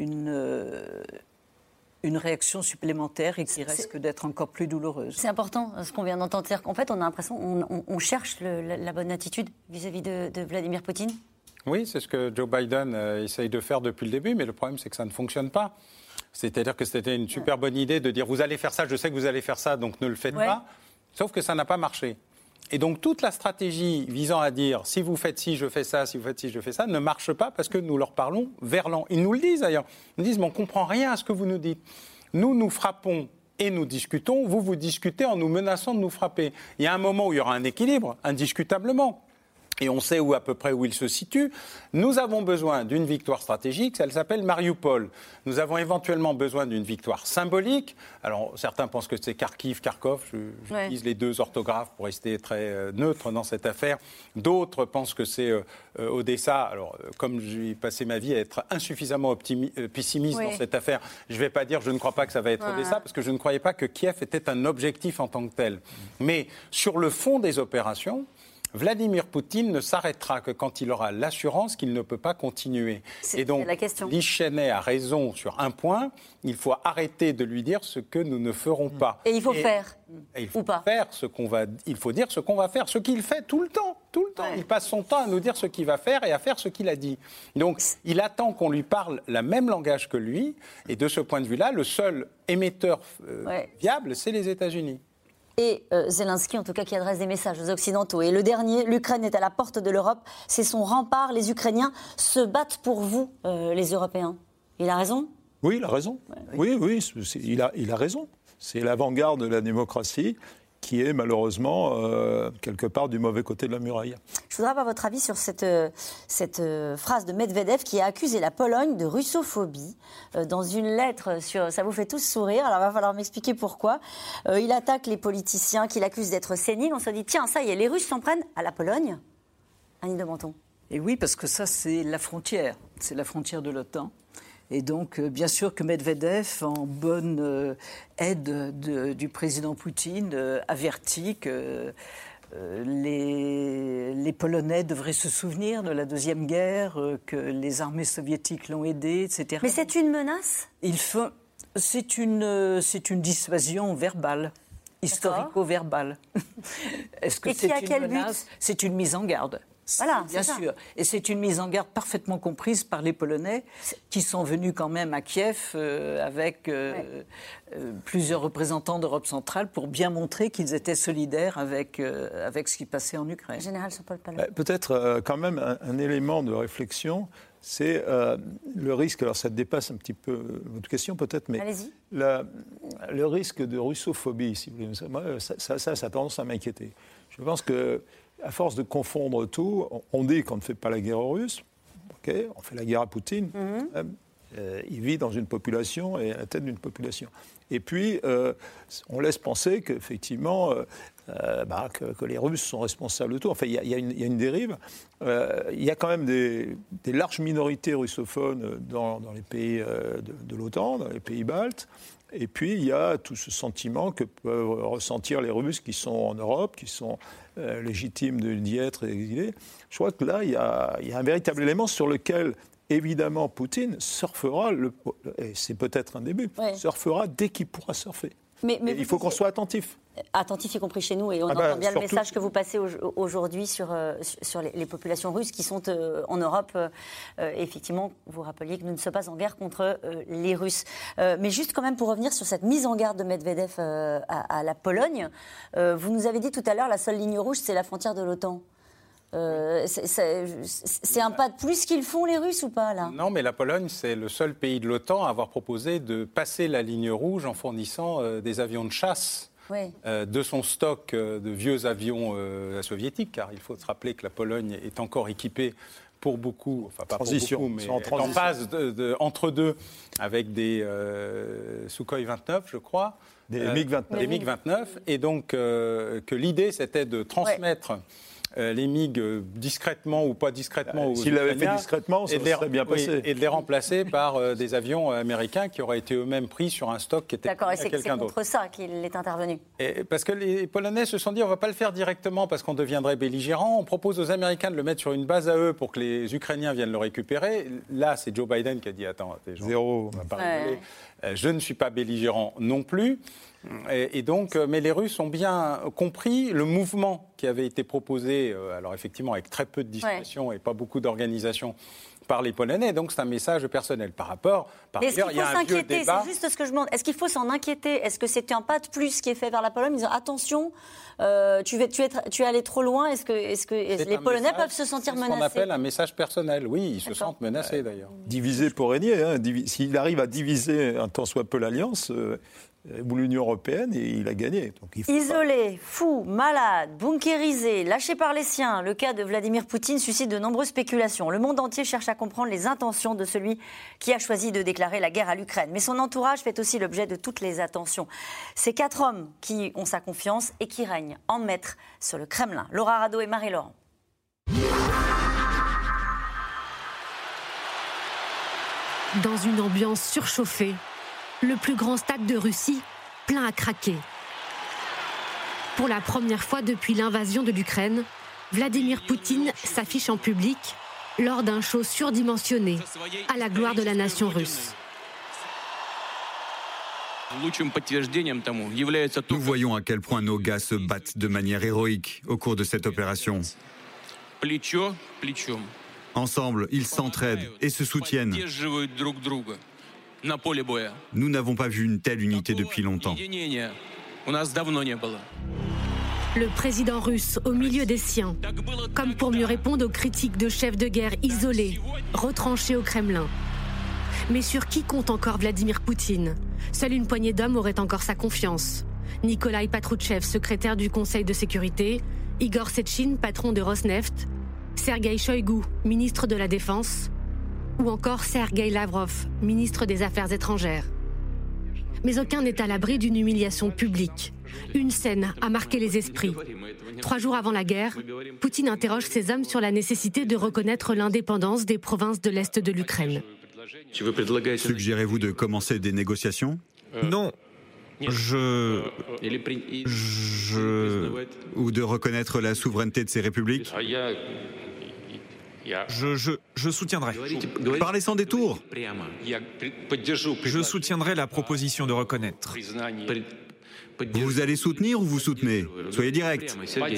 réaction supplémentaire et qui risque d'être encore plus douloureuse. C'est important ce qu'on vient d'entendre. C'est-à-dire qu'en fait, on a l'impression qu'on cherche la bonne attitude vis-à-vis de Vladimir Poutine. Oui, c'est ce que Joe Biden essaye de faire depuis le début, mais le problème, c'est que ça ne fonctionne pas. C'est-à-dire que c'était une super bonne idée de dire « vous allez faire ça, je sais que vous allez faire ça, donc ne le faites pas », sauf que ça n'a pas marché. Et donc toute la stratégie visant à dire « si vous faites ci, je fais ça, si vous faites ci, je fais ça » ne marche pas parce que nous leur parlons verlan. Ils nous le disent d'ailleurs. Ils nous disent « mais on ne comprend rien à ce que vous nous dites. Nous, nous frappons et nous discutons, vous discutez en nous menaçant de nous frapper. » Il y a un moment où il y aura un équilibre, indiscutablement. Et on sait à peu près où il se situe. Nous avons besoin d'une victoire stratégique, elle s'appelle Mariupol. Nous avons éventuellement besoin d'une victoire symbolique. Alors, certains pensent que c'est Kharkiv, Kharkov. J'utilise les deux orthographes pour rester très neutre dans cette affaire. D'autres pensent que c'est Odessa. Alors, comme j'ai passé ma vie à être insuffisamment pessimiste dans cette affaire, je ne vais pas dire je ne crois pas que ça va être Odessa, parce que je ne croyais pas que Kiev était un objectif en tant que tel. Mais sur le fond des opérations, Poutine ne s'arrêtera que quand il aura l'assurance qu'il ne peut pas continuer. Et donc, Lichenet a raison sur un point, il faut arrêter de lui dire ce que nous ne ferons pas. Et il faut faire, ou pas faire il faut dire ce qu'on va faire, ce qu'il fait tout le temps. Il passe son temps à nous dire ce qu'il va faire et à faire ce qu'il a dit. Donc, il attend qu'on lui parle le même langage que lui, et de ce point de vue-là, le seul émetteur viable, c'est les États-Unis. Et Zelensky, en tout cas, qui adresse des messages aux Occidentaux. Et le dernier, l'Ukraine est à la porte de l'Europe, c'est son rempart. Les Ukrainiens se battent pour vous, les Européens. Il a raison ? Oui, il a raison. Oui, il a raison. C'est l'avant-garde de la démocratie qui est malheureusement quelque part du mauvais côté de la muraille. Je voudrais avoir votre avis sur cette phrase de Medvedev qui a accusé la Pologne de russophobie dans une lettre sur... Ça vous fait tous sourire, alors il va falloir m'expliquer pourquoi. Il attaque les politiciens qu'il accuse d'être séniles. On se dit, tiens, ça y est, les Russes s'en prennent à la Pologne. Annie de Menton. Et oui, parce que ça, c'est la frontière. C'est la frontière de l'OTAN. Et donc, bien sûr que Medvedev, en bonne aide du président Poutine, avertit que les Polonais devraient se souvenir de la Deuxième Guerre, que les armées soviétiques l'ont aidé, etc. Mais c'est une menace ? C'est une dissuasion verbale, historico-verbale. Est-ce que c'est une menace ? C'est une mise en garde. Voilà, bien sûr. Et c'est une mise en garde parfaitement comprise par les Polonais qui sont venus quand même à Kiev avec plusieurs représentants d'Europe centrale pour bien montrer qu'ils étaient solidaires avec ce qui passait en Ukraine. Général Jean-Paul Palin. Peut-être quand même un élément de réflexion, c'est le risque, alors ça dépasse un petit peu votre question peut-être, mais le risque de russophobie, si vous voulez, moi, ça a tendance à m'inquiéter. Je pense que à force de confondre tout, on dit qu'on ne fait pas la guerre aux Russes, on fait la guerre à Poutine. Il vit dans une population et à la tête d'une population. Et puis, on laisse penser qu'effectivement, que les Russes sont responsables de tout. Enfin, il y a une dérive. Il y a quand même des larges minorités russophones dans les pays de l'OTAN, dans les pays baltes. Et puis, il y a tout ce sentiment que peuvent ressentir les Russes qui sont en Europe, qui sont légitimes d'y être et exilés. Je crois que là, il y a un véritable élément sur lequel, évidemment, Poutine surfera, et c'est peut-être un début, surfera dès qu'il pourra surfer. Mais il faut qu'on soit attentif. Attentif, y compris chez nous, et on entend bien le message que vous passez aujourd'hui sur les populations russes qui sont en Europe. Effectivement, vous rappeliez que nous ne sommes pas en guerre contre les Russes. Mais juste quand même pour revenir sur cette mise en garde de Medvedev à la Pologne, vous nous avez dit tout à l'heure, la seule ligne rouge, c'est la frontière de l'OTAN. C'est un pas de plus qu'ils font les Russes ou pas là ? Non, mais la Pologne, c'est le seul pays de l'OTAN à avoir proposé de passer la ligne rouge en fournissant des avions de chasse. De son stock de vieux avions soviétiques, car il faut se rappeler que la Pologne est encore équipée pour beaucoup, enfin pas transition, pour beaucoup, mais en phase entre deux, avec des Sukhoi 29, je crois. Des MiG-29. Des MiG-29, et donc que l'idée, c'était de transmettre les MiG discrètement ou pas discrètement aux S'il l'avait fait discrètement, ça serait bien passé. Et de les remplacer par des avions américains qui auraient été eux-mêmes pris sur un stock qui était D'accord, et à quelqu'un d'autre. c'est contre ça qu'il est intervenu. Et parce que les Polonais se sont dit, on ne va pas le faire directement parce qu'on deviendrait belligérant. On propose aux Américains de le mettre sur une base à eux pour que les Ukrainiens viennent le récupérer. Là, c'est Joe Biden qui a dit, attends, zéro. On va pas rigoler. Je ne suis pas belligérant non plus. Et donc, mais les Russes ont bien compris le mouvement qui avait été proposé, alors effectivement avec très peu de discrétion et pas beaucoup d'organisation par les Polonais. Donc c'est un message personnel par rapport. Par ailleurs, il y a un vieux débat. C'est juste ce que je me demande. Est-ce qu'il faut s'en inquiéter? Est-ce que c'est un pas de plus qui est fait vers la Pologne en disant attention, tu es allé trop loin? Est-ce que les Polonais peuvent se sentir menacés? C'est ce qu'on appelle un message personnel. Oui, ils se sentent menacés d'ailleurs. Diviser pour régner. Hein. S'il arrive à diviser un tant soit peu l'Alliance ou l'Union européenne, il a gagné. Donc, Isolé, fou, malade, bunkérisé, lâché par les siens, le cas de Vladimir Poutine suscite de nombreuses spéculations. Le monde entier cherche à comprendre les intentions de celui qui a choisi de déclarer la guerre à l'Ukraine. Mais son entourage fait aussi l'objet de toutes les attentions. Ces 4 hommes qui ont sa confiance et qui règnent en maître sur le Kremlin. Laura Rado et Marie-Laurent. Dans une ambiance surchauffée, le plus grand stade de Russie, plein à craquer. Pour la première fois depuis l'invasion de l'Ukraine, Vladimir Poutine s'affiche en public lors d'un show surdimensionné à la gloire de la nation russe. Nous voyons à quel point nos gars se battent de manière héroïque au cours de cette opération. Ensemble, ils s'entraident et se soutiennent. Nous n'avons pas vu une telle unité depuis longtemps. Le président russe au milieu des siens, comme pour mieux répondre aux critiques de chefs de guerre isolés, retranchés au Kremlin. Mais sur qui compte encore Vladimir Poutine? Seule une poignée d'hommes aurait encore sa confiance. Nikolaï Patrouchev, secrétaire du Conseil de sécurité, Igor Sechin, patron de Rosneft, Sergueï Shoïgu, ministre de la Défense, ou encore Sergueï Lavrov, ministre des Affaires étrangères. Mais aucun n'est à l'abri d'une humiliation publique. Une scène a marqué les esprits. 3 jours avant la guerre, Poutine interroge ses hommes sur la nécessité de reconnaître l'indépendance des provinces de l'Est de l'Ukraine. Suggérez-vous de commencer des négociations? Non. Ou de reconnaître la souveraineté de ces républiques? Je soutiendrai. Parlez sans détour. Je soutiendrai la proposition de reconnaître. Vous allez soutenir ou vous soutenez? Soyez direct.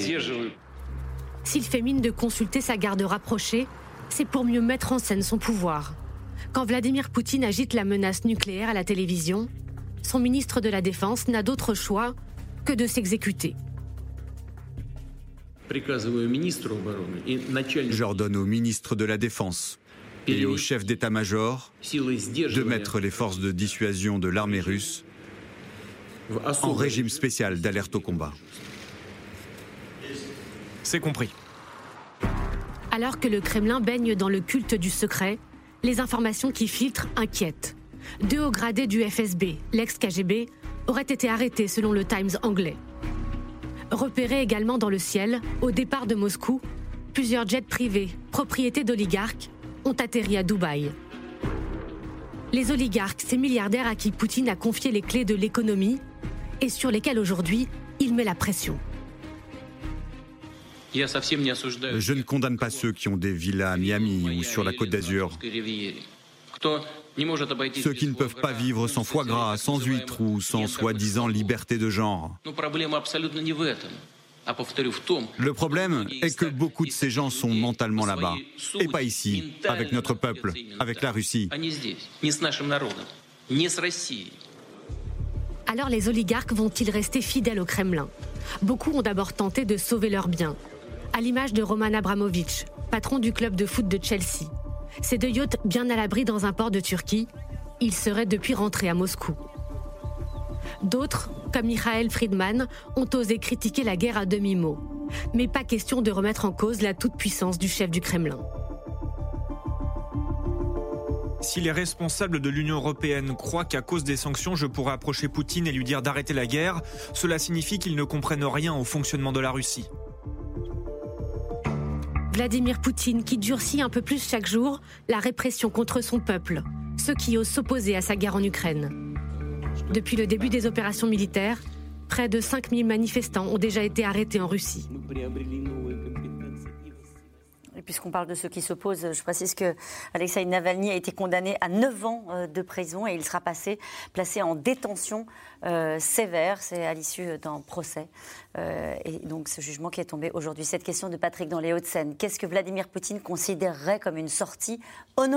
S'il fait mine de consulter sa garde rapprochée, c'est pour mieux mettre en scène son pouvoir. Quand Vladimir Poutine agite la menace nucléaire à la télévision, son ministre de la Défense n'a d'autre choix que de s'exécuter. J'ordonne au ministre de la Défense et au chef d'état-major de mettre les forces de dissuasion de l'armée russe en régime spécial d'alerte au combat. C'est compris. Alors que le Kremlin baigne dans le culte du secret, les informations qui filtrent inquiètent. 2 hauts gradés du FSB, l'ex-KGB, auraient été arrêtés selon le Times anglais. Repérés également dans le ciel, au départ de Moscou, plusieurs jets privés, propriétés d'oligarques, ont atterri à Dubaï. Les oligarques, ces milliardaires à qui Poutine a confié les clés de l'économie et sur lesquels aujourd'hui il met la pression. Je ne condamne pas ceux qui ont des villas à Miami ou sur la Côte d'Azur. Ceux qui ne peuvent pas vivre sans foie gras, sans huîtres ou sans soi-disant liberté de genre. Le problème est que beaucoup de ces gens sont mentalement là-bas, et pas ici, avec notre peuple, avec la Russie. Alors les oligarques vont-ils rester fidèles au Kremlin? Beaucoup ont d'abord tenté de sauver leurs biens, à l'image de Roman Abramovich, patron du club de foot de Chelsea. Ces 2 yachts bien à l'abri dans un port de Turquie, ils seraient depuis rentrés à Moscou. D'autres, comme Mikhail Friedman, ont osé critiquer la guerre à demi-mot. Mais pas question de remettre en cause la toute-puissance du chef du Kremlin. Si les responsables de l'Union européenne croient qu'à cause des sanctions, je pourrais approcher Poutine et lui dire d'arrêter la guerre, cela signifie qu'ils ne comprennent rien au fonctionnement de la Russie. Vladimir Poutine qui durcit un peu plus chaque jour la répression contre son peuple, ceux qui osent s'opposer à sa guerre en Ukraine. Depuis le début des opérations militaires, près de 5000 manifestants ont déjà été arrêtés en Russie. Et puisqu'on parle de ceux qui s'opposent, je précise que Alexeï Navalny a été condamné à 9 ans de prison et il sera placé en détention sévère. C'est à l'issue d'un procès. Et donc ce jugement qui est tombé aujourd'hui. Cette question de Patrick dans les Hauts-de-Seine. Qu'est-ce que Vladimir Poutine considérerait comme une sortie honorable ?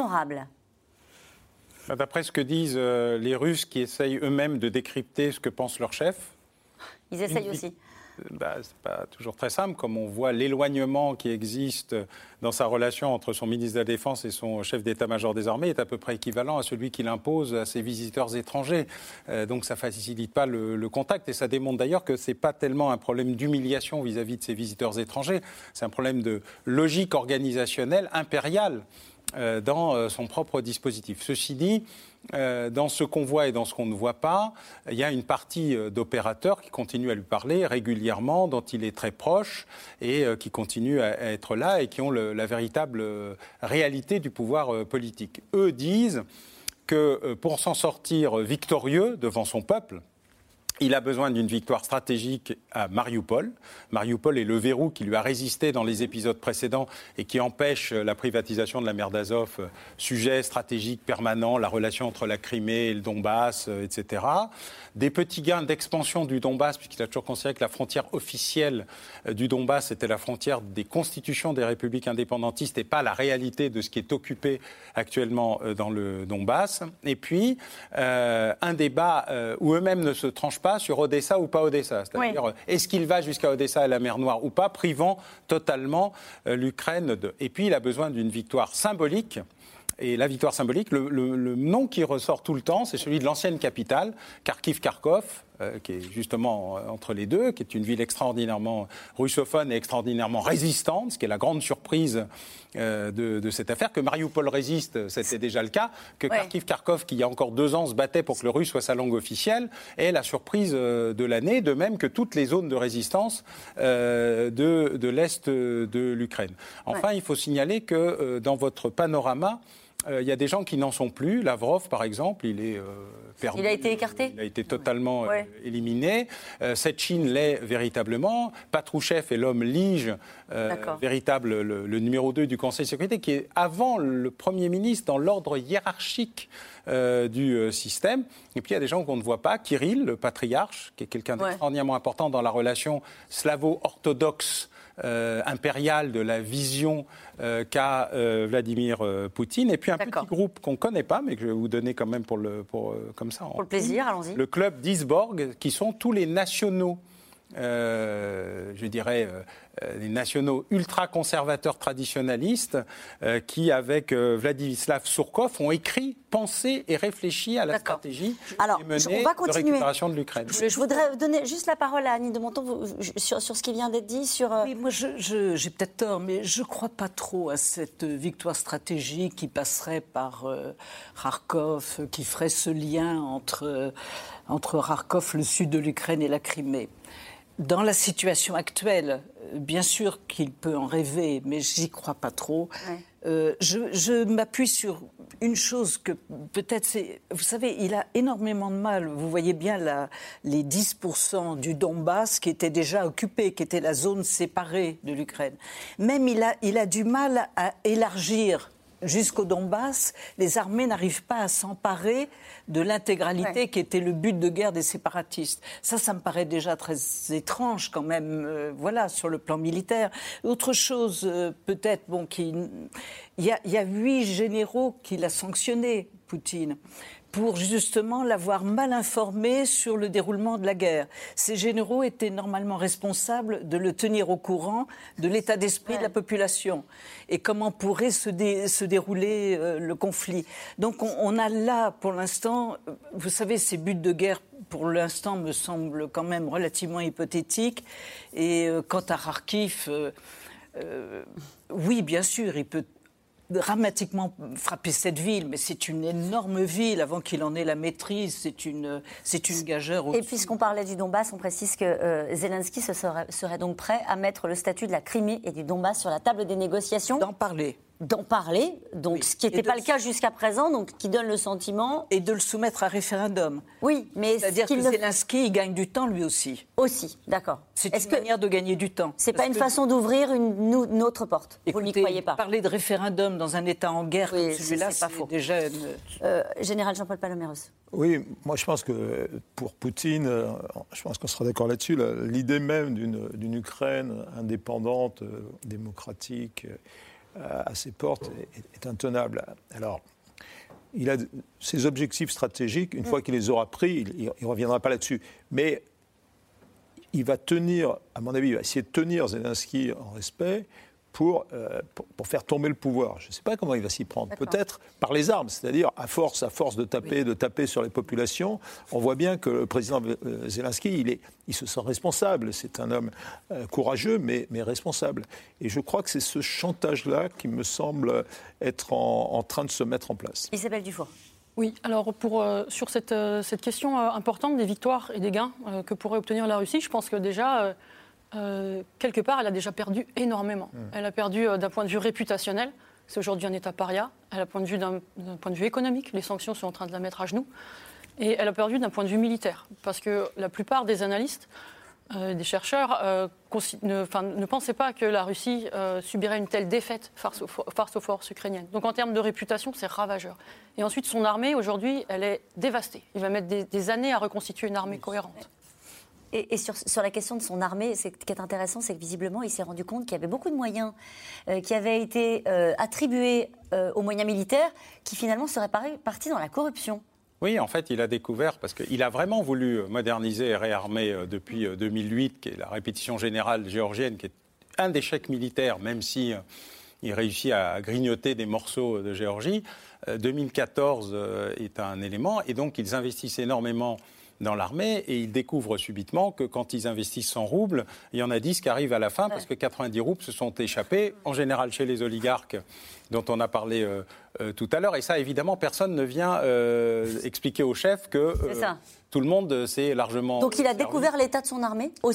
D'après ce que disent les Russes qui essayent eux-mêmes de décrypter ce que pense leur chef. Ils essayent aussi. C'est pas toujours très simple, comme on voit l'éloignement qui existe dans sa relation entre son ministre de la Défense et son chef d'état-major des armées est à peu près équivalent à celui qu'il impose à ses visiteurs étrangers. Donc ça ne facilite pas le contact et ça démontre d'ailleurs que ce n'est pas tellement un problème d'humiliation vis-à-vis de ses visiteurs étrangers, c'est un problème de logique organisationnelle impériale dans son propre dispositif. Ceci dit, dans ce qu'on voit et dans ce qu'on ne voit pas, il y a une partie d'opérateurs qui continuent à lui parler régulièrement, dont il est très proche et qui continuent à être là et qui ont la véritable réalité du pouvoir politique. Eux disent que pour s'en sortir victorieux devant son peuple, il a besoin d'une victoire stratégique à Mariupol. Mariupol est le verrou qui lui a résisté dans les épisodes précédents et qui empêche la privatisation de la mer d'Azov, sujet stratégique permanent, la relation entre la Crimée et le Donbass, etc. Des petits gains d'expansion du Donbass, puisqu'il a toujours considéré que la frontière officielle du Donbass était la frontière des constitutions des républiques indépendantistes et pas la réalité de ce qui est occupé actuellement dans le Donbass. Et puis, un débat où eux-mêmes ne se tranchent pas sur Odessa ou pas Odessa. C'est-à-dire, est-ce qu'il va jusqu'à Odessa et la mer Noire ou pas, privant totalement l'Ukraine de... Et puis, il a besoin d'une victoire symbolique. Et la victoire symbolique, le nom qui ressort tout le temps, c'est celui de l'ancienne capitale, Kharkiv-Kharkov, qui est justement entre les deux, qui est une ville extraordinairement russophone et extraordinairement résistante, ce qui est la grande surprise de cette affaire. Que Mariupol résiste, c'était déjà le cas. Que Kharkiv-Kharkov, qui il y a encore 2 ans se battait pour que le russe soit sa langue officielle, est la surprise de l'année, de même que toutes les zones de résistance de l'Est de l'Ukraine. Enfin, il faut signaler que dans votre panorama, il y a des gens qui n'en sont plus. Lavrov, par exemple, il est perdu. Il a été écarté ? Il a été totalement éliminé. Sechin l'est véritablement. Patrouchev est l'homme lige, véritable, le numéro 2 du Conseil de sécurité, qui est avant le Premier ministre dans l'ordre hiérarchique du système. Et puis il y a des gens qu'on ne voit pas. Kirill, le patriarche, qui est quelqu'un d'extraordinairement important dans la relation slavo-orthodoxe impériale de la vision qu'a Vladimir Poutine. Et puis un petit groupe qu'on ne connaît pas, mais que je vais vous donner quand même comme ça. Pour le plaisir, allons-y. Le club d'Isborg, qui sont tous les nationaux, je dirais, les nationaux ultra-conservateurs traditionnalistes qui, avec Vladislav Surkov, ont écrit, pensé et réfléchi à la stratégie et mené de récupération de l'Ukraine. Je voudrais donner juste la parole à Annie de Menton sur ce qui vient d'être dit. Oui, moi, j'ai peut-être tort, mais je ne crois pas trop à cette victoire stratégique qui passerait par Kharkov, qui ferait ce lien entre Kharkov, le sud de l'Ukraine, et la Crimée. Dans la situation actuelle, bien sûr qu'il peut en rêver, mais j'y crois pas trop. Je m'appuie sur une chose que peut-être c'est... Vous savez, il a énormément de mal. Vous voyez bien les 10% du Donbass qui étaient déjà occupés, qui était la zone séparée de l'Ukraine. Même il a du mal à élargir jusqu'au Donbass. Les armées n'arrivent pas à s'emparer de l'intégralité qui était le but de guerre des séparatistes. Ça me paraît déjà très étrange quand même, sur le plan militaire. Autre chose, peut-être, il y a 8 généraux qu'il a sanctionnés, Poutine, pour justement l'avoir mal informé sur le déroulement de la guerre. Ces généraux étaient normalement responsables de le tenir au courant de l'état d'esprit de la population et comment pourrait se dérouler le conflit. Donc on a là, pour l'instant, vous savez, ces buts de guerre, pour l'instant, me semblent quand même relativement hypothétiques. Et quant à Kharkiv, oui, bien sûr, il peut dramatiquement frappé cette ville, mais c'est une énorme ville. Avant qu'il en ait la maîtrise, c'est une gageure aussi. Et puisqu'on parlait du Donbass, on précise que Zelensky serait donc prêt à mettre le statut de la Crimée et du Donbass sur la table des négociations. D'en parler, donc oui. Ce qui n'était pas le cas jusqu'à présent, donc qui donne le sentiment... Et de le soumettre à référendum. Oui, mais... C'est-à-dire que Zelensky, il gagne du temps lui aussi. Aussi, d'accord. C'est une manière de gagner du temps. C'est pas une façon d'ouvrir une autre porte. Écoutez, vous n'y croyez pas. Parler de référendum dans un État en guerre comme celui-là, c'est pas faux. Déjà... Général Jean-Paul Paloméros. Oui, moi je pense que pour Poutine, je pense qu'on sera d'accord là-dessus, l'idée même d'une Ukraine indépendante, démocratique, à ses portes est intenable. Alors, il a ses objectifs stratégiques, une fois qu'il les aura pris, il ne reviendra pas là-dessus. Mais il va tenir, à mon avis, il va essayer de tenir Zelensky en respect pour faire tomber le pouvoir. Je ne sais pas comment il va s'y prendre. D'accord. Peut-être par les armes, c'est-à-dire à force de taper sur les populations. On voit bien que le président Zelensky, il se sent responsable. C'est un homme courageux, mais responsable. Et je crois que c'est ce chantage-là qui me semble être en train de se mettre en place. Isabelle Dufour. Oui, alors sur cette question importante des victoires et des gains que pourrait obtenir la Russie, je pense que déjà... quelque part, elle a déjà perdu énormément. Elle a perdu d'un point de vue réputationnel. C'est aujourd'hui un État paria. Elle a perdu d'un point de vue économique. Les sanctions sont en train de la mettre à genoux. Et elle a perdu d'un point de vue militaire. Parce que la plupart des analystes, des chercheurs, ne pensaient pas que la Russie subirait une telle défaite face aux forces ukrainiennes. Donc en termes de réputation, c'est ravageur. Et ensuite, son armée, aujourd'hui, elle est dévastée. Il va mettre des années à reconstituer une armée cohérente. Et sur la question de son armée, ce qui est intéressant, c'est que visiblement, il s'est rendu compte qu'il y avait beaucoup de moyens qui avaient été attribués aux moyens militaires qui finalement seraient partis dans la corruption. Oui, en fait, il a découvert, parce qu'il a vraiment voulu moderniser et réarmer depuis 2008, qui est la répétition générale géorgienne, qui est un échec militaire, même si il réussit à grignoter des morceaux de Géorgie. 2014 est un élément, et donc ils investissent énormément dans l'armée, et ils découvrent subitement que quand ils investissent 100 roubles, il y en a 10 qui arrivent à la fin, parce que 90 roubles se sont échappés, en général chez les oligarques dont on a parlé tout à l'heure. Et ça, évidemment, personne ne vient expliquer au chef que tout le monde s'est largement... Donc il a découvert l'état de son armée aussi ?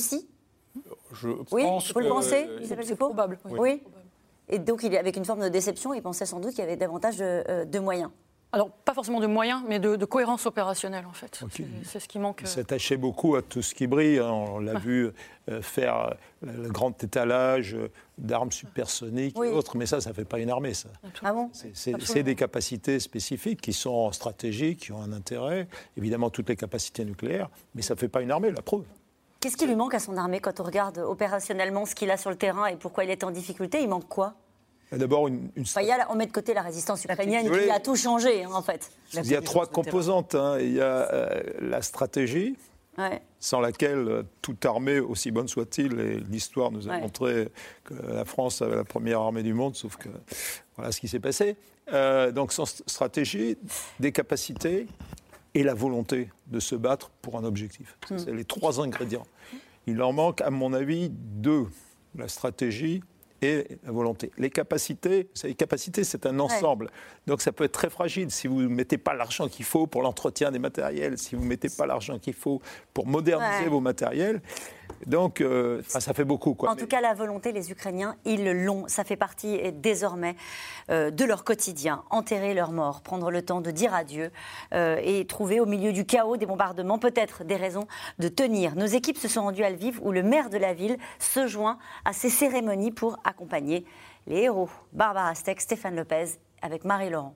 Oui, vous le pensez ? C'est probable. Oui. Et donc, avec une forme de déception, il pensait sans doute qu'il y avait davantage de moyens. Alors, pas forcément de moyens, mais de cohérence opérationnelle, en fait. Okay. C'est ce qui manque. Il s'attachait beaucoup à tout ce qui brille. Hein. On l'a vu faire le grand étalage d'armes supersoniques et autres. Mais ça ne fait pas une armée, ça. Ah bon ? C'est des capacités spécifiques qui sont stratégiques, qui ont un intérêt. Évidemment, toutes les capacités nucléaires. Mais ça ne fait pas une armée, la preuve. Qu'est-ce qui lui manque à son armée quand on regarde opérationnellement ce qu'il a sur le terrain et pourquoi il est en difficulté ? Il manque quoi ? D'abord, on met de côté la résistance ukrainienne qui a tout changé, en fait. Il y a 3 composantes. Hein. Il y a la stratégie, sans laquelle toute armée, aussi bonne soit-il, et l'histoire nous a montré que la France avait la première armée du monde, sauf que voilà ce qui s'est passé. Donc, sans stratégie, des capacités et la volonté de se battre pour un objectif. C'est les 3 ingrédients. Il en manque, à mon avis, 2. La stratégie et la volonté. Les capacités, c'est un ensemble. Donc ça peut être très fragile si vous ne mettez pas l'argent qu'il faut pour l'entretien des matériels, si vous ne mettez pas l'argent qu'il faut pour moderniser vos matériels. Donc ça fait beaucoup. En tout cas, la volonté, les Ukrainiens, ils l'ont. Ça fait partie désormais de leur quotidien. Enterrer leurs morts, prendre le temps de dire adieu et trouver au milieu du chaos des bombardements peut-être des raisons de tenir. Nos équipes se sont rendues à Lviv où le maire de la ville se joint à ces cérémonies pour accompagner les héros. Barbara Steck, Stéphane Lopez avec Marie-Laurent.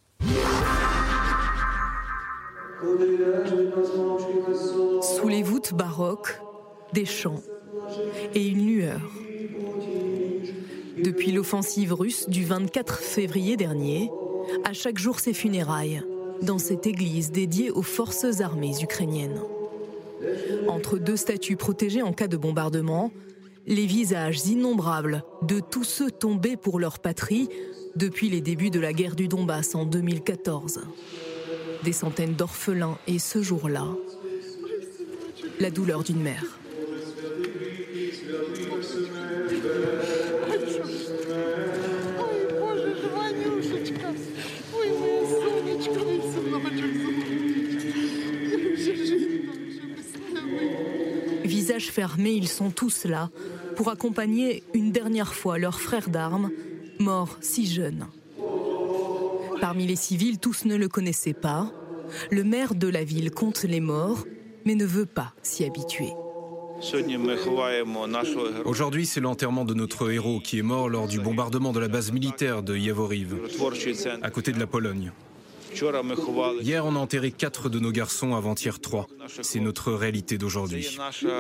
Sous les voûtes baroques, des chants et une lueur. Depuis l'offensive russe du 24 février dernier, à chaque jour ses funérailles, dans cette église dédiée aux forces armées ukrainiennes. Entre 2 statues protégées en cas de bombardement, les visages innombrables de tous ceux tombés pour leur patrie depuis les débuts de la guerre du Donbass en 2014. Des centaines d'orphelins et ce jour-là, la douleur d'une mère. visage fermé, ils sont tous là pour accompagner une dernière fois leur frère d'armes, mort si jeune. Parmi les civils, tous ne le connaissaient pas. Le maire de la ville compte les morts, mais ne veut pas s'y habituer. Aujourd'hui, c'est l'enterrement de notre héros qui est mort lors du bombardement de la base militaire de Yavoriv, à côté de la Pologne. Hier, on a enterré 4 de nos garçons, avant-hier 3. C'est notre réalité d'aujourd'hui.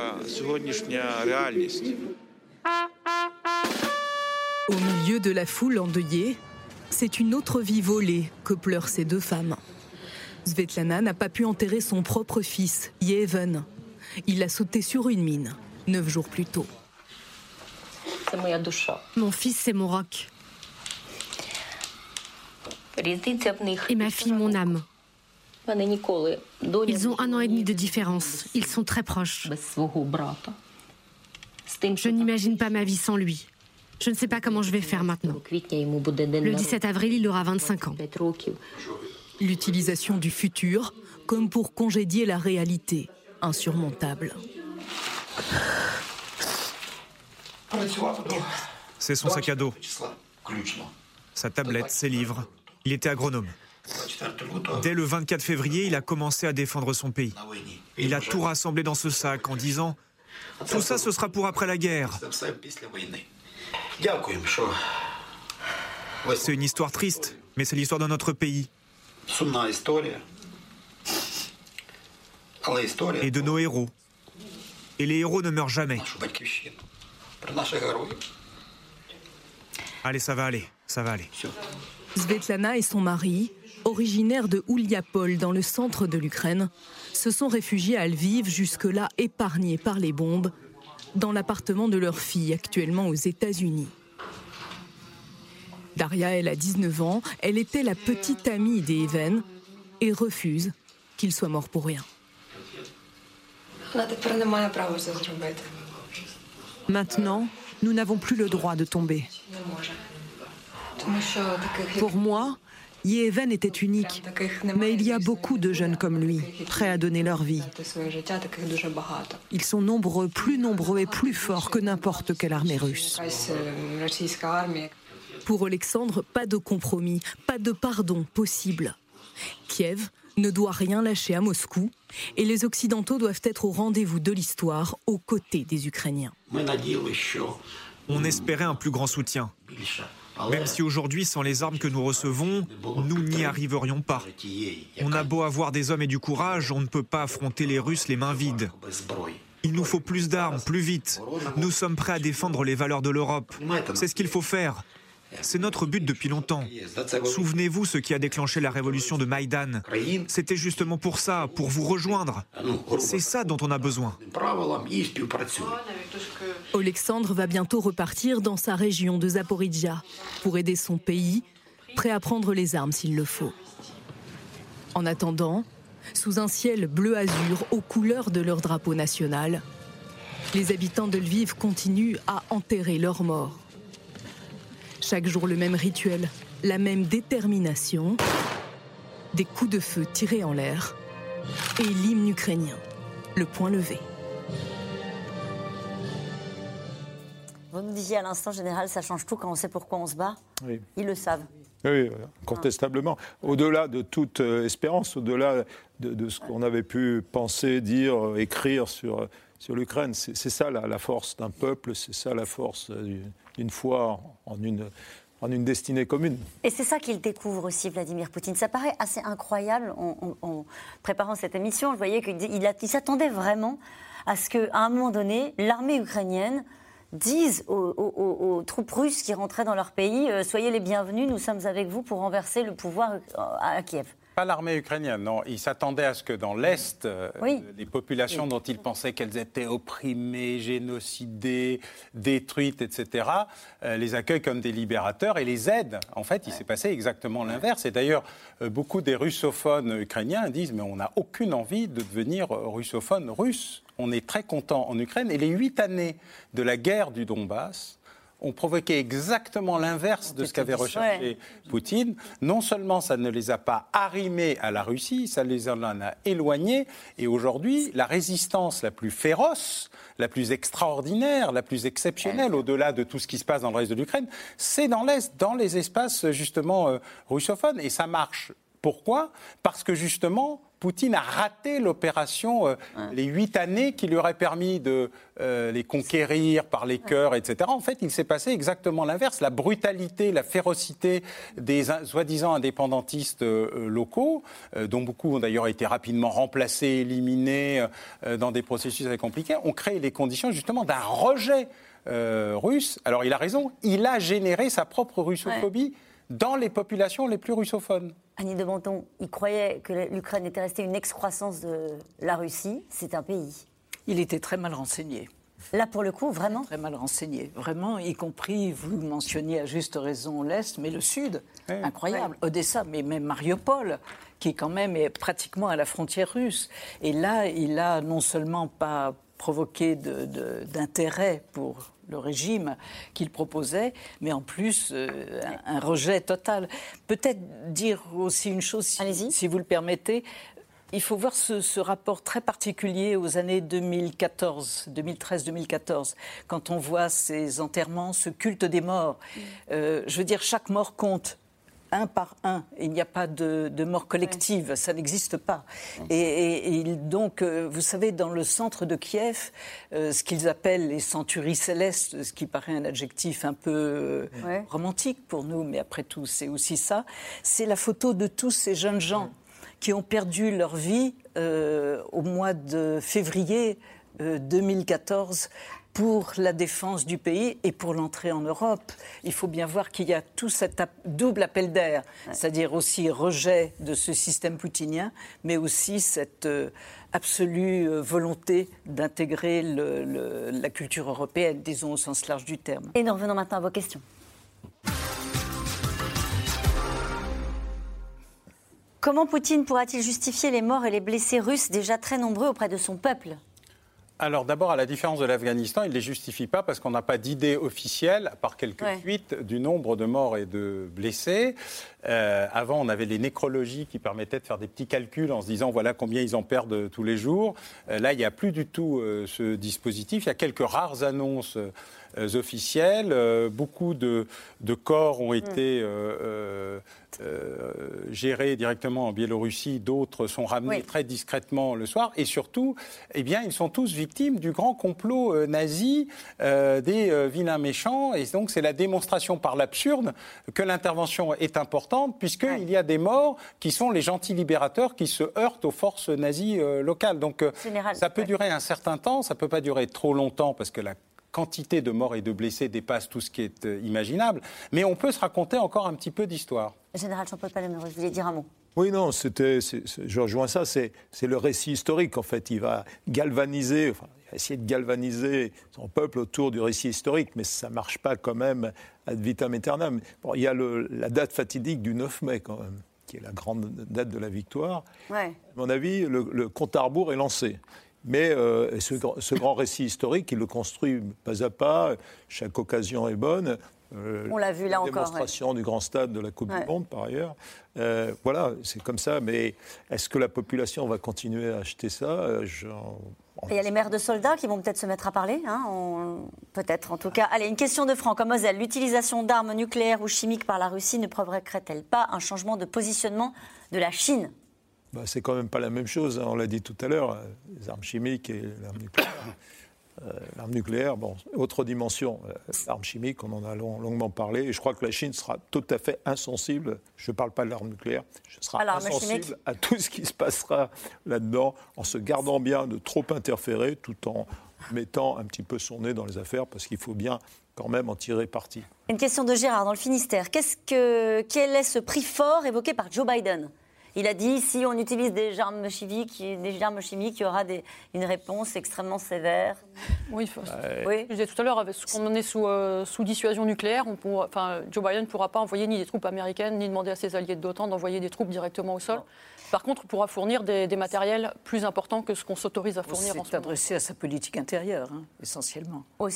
Au milieu de la foule endeuillée, c'est une autre vie volée que pleurent ces 2 femmes. Svetlana n'a pas pu enterrer son propre fils, Yeven. Il a sauté sur une mine, 9 jours plus tôt. Mon fils, c'est mon roc. Et ma fille, mon âme. Ils ont 1 an et demi de différence. Ils sont très proches. Je n'imagine pas ma vie sans lui. Je ne sais pas comment je vais faire maintenant. Le 17 avril, il aura 25 ans. L'utilisation du futur comme pour congédier la réalité, insurmontable. C'est son sac à dos, sa tablette, ses livres. Il était agronome. Dès le 24 février, il a commencé à défendre son pays. Il a tout rassemblé dans ce sac en disant « Tout ça, ce sera pour après la guerre ». C'est une histoire triste, mais c'est l'histoire de notre pays. Et de nos héros. Et les héros ne meurent jamais. Allez, ça va aller, ça va aller. Svetlana et son mari, originaires de Ouliapol dans le centre de l'Ukraine, se sont réfugiés à Lviv, jusque-là épargnés par les bombes, dans l'appartement de leur fille, actuellement aux États-Unis. Daria, elle a 19 ans, elle était la petite amie d'Even et refuse qu'il soit mort pour rien. Maintenant, nous n'avons plus le droit de tomber. Pour moi, Yeven était unique, mais il y a beaucoup de jeunes comme lui, prêts à donner leur vie. Ils sont nombreux, plus nombreux et plus forts que n'importe quelle armée russe. Pour Alexandre, pas de compromis, pas de pardon possible. Kiev ne doit rien lâcher à Moscou et les Occidentaux doivent être au rendez-vous de l'histoire aux côtés des Ukrainiens. On espérait un plus grand soutien. Même si aujourd'hui, sans les armes que nous recevons, nous n'y arriverions pas. On a beau avoir des hommes et du courage, on ne peut pas affronter les Russes les mains vides. Il nous faut plus d'armes, plus vite. Nous sommes prêts à défendre les valeurs de l'Europe. C'est ce qu'il faut faire. C'est notre but depuis longtemps. Souvenez-vous ce qui a déclenché la révolution de Maïdan. C'était justement pour ça, pour vous rejoindre. C'est ça dont on a besoin. Alexandre va bientôt repartir dans sa région de Zaporizhia pour aider son pays, prêt à prendre les armes s'il le faut. En attendant, sous un ciel bleu-azur aux couleurs de leur drapeau national, les habitants de Lviv continuent à enterrer leurs morts. Chaque jour le même rituel, la même détermination, des coups de feu tirés en l'air et l'hymne ukrainien, le poing levé. Vous nous disiez à l'instant, général, ça change tout quand on sait pourquoi on se bat. Oui. Ils le savent. Oui, incontestablement. Au-delà de toute espérance, au-delà de ce qu'on avait pu penser, dire, écrire sur l'Ukraine, c'est ça la force d'un peuple, c'est ça la force d'une foi en une destinée commune. Et c'est ça qu'il découvre aussi, Vladimir Poutine. Ça paraît assez incroyable. En préparant cette émission, je voyais qu'il s'attendait vraiment à ce qu'à un moment donné, l'armée ukrainienne dise aux troupes russes qui rentraient dans leur pays « Soyez les bienvenus, nous sommes avec vous pour renverser le pouvoir à Kiev ». Pas l'armée ukrainienne, non. Il s'attendait à ce que dans l'Est, les populations dont il pensait qu'elles étaient opprimées, génocidées, détruites, etc., les accueillent comme des libérateurs et les aident. En fait, il s'est passé exactement l'inverse. Et d'ailleurs, beaucoup des russophones ukrainiens disent « Mais on n'a aucune envie de devenir russophone russe. On est très content en Ukraine. » Et les 8 années de la guerre du Donbass ont provoqué exactement l'inverse de ce qu'avait recherché Poutine. Non seulement ça ne les a pas arrimés à la Russie, ça les en a éloignés. Et aujourd'hui, la résistance la plus féroce, la plus extraordinaire, la plus exceptionnelle, au-delà de tout ce qui se passe dans le reste de l'Ukraine, c'est dans l'Est, dans les espaces justement russophones. Et ça marche. Pourquoi ? Parce que justement, Poutine a raté l'opération, les 8 années qui lui auraient permis de les conquérir par les cœurs, etc. En fait, il s'est passé exactement l'inverse. La brutalité, la férocité des soi-disant indépendantistes locaux, dont beaucoup ont d'ailleurs été rapidement remplacés, éliminés dans des processus assez compliqués, ont créé les conditions justement d'un rejet russe. Alors il a raison, il a généré sa propre russophobie dans les populations les plus russophones. Annie de Menton, il croyait que l'Ukraine était restée une excroissance de la Russie. C'est un pays. Il était très mal renseigné. Là, pour le coup, vraiment très mal renseigné. Vraiment, y compris, vous mentionniez à juste raison l'Est, mais le Sud, incroyable. Odessa, mais même Mariupol, qui quand même est pratiquement à la frontière russe. Et là, il a non seulement pas provoqué d'intérêt pour le régime qu'il proposait, mais en plus un rejet total. Peut-être dire aussi une chose, si vous le permettez. Il faut voir ce rapport très particulier aux années 2013-2014, quand on voit ces enterrements, ce culte des morts. Je veux dire, chaque mort compte. Un par un, il n'y a pas de mort collective, ça n'existe pas. Et donc, vous savez, dans le centre de Kiev, ce qu'ils appellent les centuries célestes, ce qui paraît un adjectif un peu romantique pour nous, mais après tout, c'est aussi ça, c'est la photo de tous ces jeunes gens qui ont perdu leur vie au mois de février 2014 pour la défense du pays et pour l'entrée en Europe. Il faut bien voir qu'il y a tout cet double appel d'air, c'est-à-dire aussi rejet de ce système poutinien, mais aussi cette absolue volonté d'intégrer la culture européenne, disons au sens large du terme. Et nous revenons maintenant à vos questions. Comment Poutine pourra-t-il justifier les morts et les blessés russes déjà très nombreux auprès de son peuple ? Alors d'abord, à la différence de l'Afghanistan, il ne les justifie pas parce qu'on n'a pas d'idée officielle, à part quelques fuites, du nombre de morts et de blessés. Avant, on avait les nécrologies qui permettaient de faire des petits calculs en se disant voilà combien ils en perdent tous les jours. Là, il n'y a plus du tout ce dispositif. Il y a quelques rares annonces officielles. Beaucoup de corps ont été gérés directement en Biélorussie. D'autres sont ramenés très discrètement le soir. Et surtout, eh bien, ils sont tous victimes du grand complot nazi des vilains méchants. Et donc, c'est la démonstration par l'absurde que l'intervention est importante, puisqu'il y a des morts qui sont les gentils libérateurs qui se heurtent aux forces nazies locales. Donc, ça peut durer un certain temps, ça ne peut pas durer trop longtemps, parce que la quantité de morts et de blessés dépasse tout ce qui est imaginable. Mais on peut se raconter encore un petit peu d'histoire. Général Jean-Paul Palomero, vous voulez dire un mot ? Oui, non, je rejoins ça, c'est le récit historique, en fait. Il va galvaniser, il va essayer de galvaniser son peuple autour du récit historique, mais ça ne marche pas quand même ad vitam aeternam. Bon, il y a la date fatidique du 9 mai, quand même, qui est la grande date de la victoire. À mon avis, le compte à rebours est lancé. Mais ce grand récit historique, il le construit pas à pas, chaque occasion est bonne. On l'a vu là encore. La démonstration du grand stade de la Coupe du Monde, par ailleurs. Voilà, c'est comme ça. Mais est-ce que la population va continuer à acheter ça ? Il y a les mères de soldats qui vont peut-être se mettre à parler, peut-être en tout cas. Allez, une question de Franck Moselle. L'utilisation d'armes nucléaires ou chimiques par la Russie ne provoquerait-elle pas un changement de positionnement de la Chine ? C'est quand même pas la même chose, on l'a dit tout à l'heure, les armes chimiques et l'arme nucléaire. L'arme nucléaire, autre dimension. L'arme chimique, on en a longuement parlé, et je crois que la Chine sera tout à fait insensible, je ne parle pas de l'arme nucléaire, sera insensible à tout ce qui se passera là-dedans, en se gardant bien de trop interférer, tout en mettant un petit peu son nez dans les affaires, parce qu'il faut bien quand même en tirer parti. Une question de Gérard, dans le Finistère. Quel est ce prix fort évoqué par Joe Biden ? Il a dit, si on utilise des armes chimiques, il y aura une réponse extrêmement sévère. Oui, je disais tout à l'heure, qu'on en est sous dissuasion nucléaire, Joe Biden ne pourra pas envoyer ni des troupes américaines, ni demander à ses alliés de l'OTAN d'envoyer des troupes directement au sol. Par contre, il pourra fournir des matériels plus importants que ce qu'on s'autorise à fournir en ce moment. C'est adressé à sa politique intérieure, essentiellement. Aussi.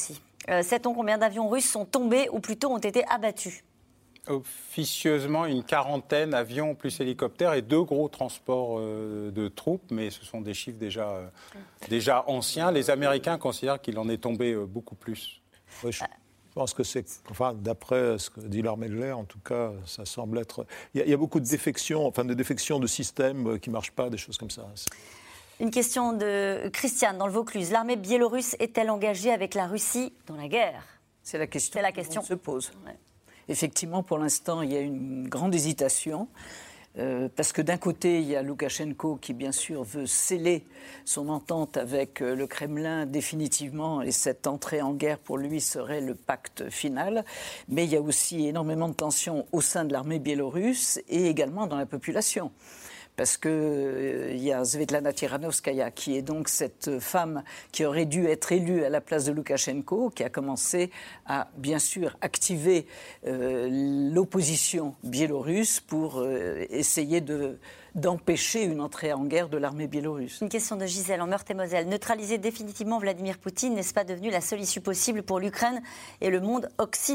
Sait-on combien d'avions russes sont tombés ou plutôt ont été abattus ? Officieusement, une quarantaine d'avions plus hélicoptères et 2 gros transports de troupes, mais ce sont des chiffres déjà anciens. Les Américains considèrent qu'il en est tombé beaucoup plus. Oui, je pense que d'après ce que dit l'armée de l'air, en tout cas, ça semble être... Il y a beaucoup de défections, de systèmes qui ne marchent pas, des choses comme ça. Une question de Christiane dans le Vaucluse. L'armée biélorusse est-elle engagée avec la Russie dans la guerre ? C'est la question qu'on se pose. Ouais. Effectivement, pour l'instant, il y a une grande hésitation. Parce que d'un côté, il y a Loukachenko qui, bien sûr, veut sceller son entente avec le Kremlin définitivement, et cette entrée en guerre, pour lui, serait le pacte final. Mais il y a aussi énormément de tensions au sein de l'armée biélorusse et également dans la population. Parce qu'il y a Svetlana Tikhanovskaya, qui est donc cette femme qui aurait dû être élue à la place de Loukachenko, qui a commencé à, bien sûr, activer l'opposition biélorusse pour essayer d'empêcher une entrée en guerre de l'armée biélorusse. Une question de Gisèle en Meurthe-et-Moselle. Neutraliser définitivement Vladimir Poutine, n'est-ce pas devenu la seule issue possible pour l'Ukraine et le monde occidental ?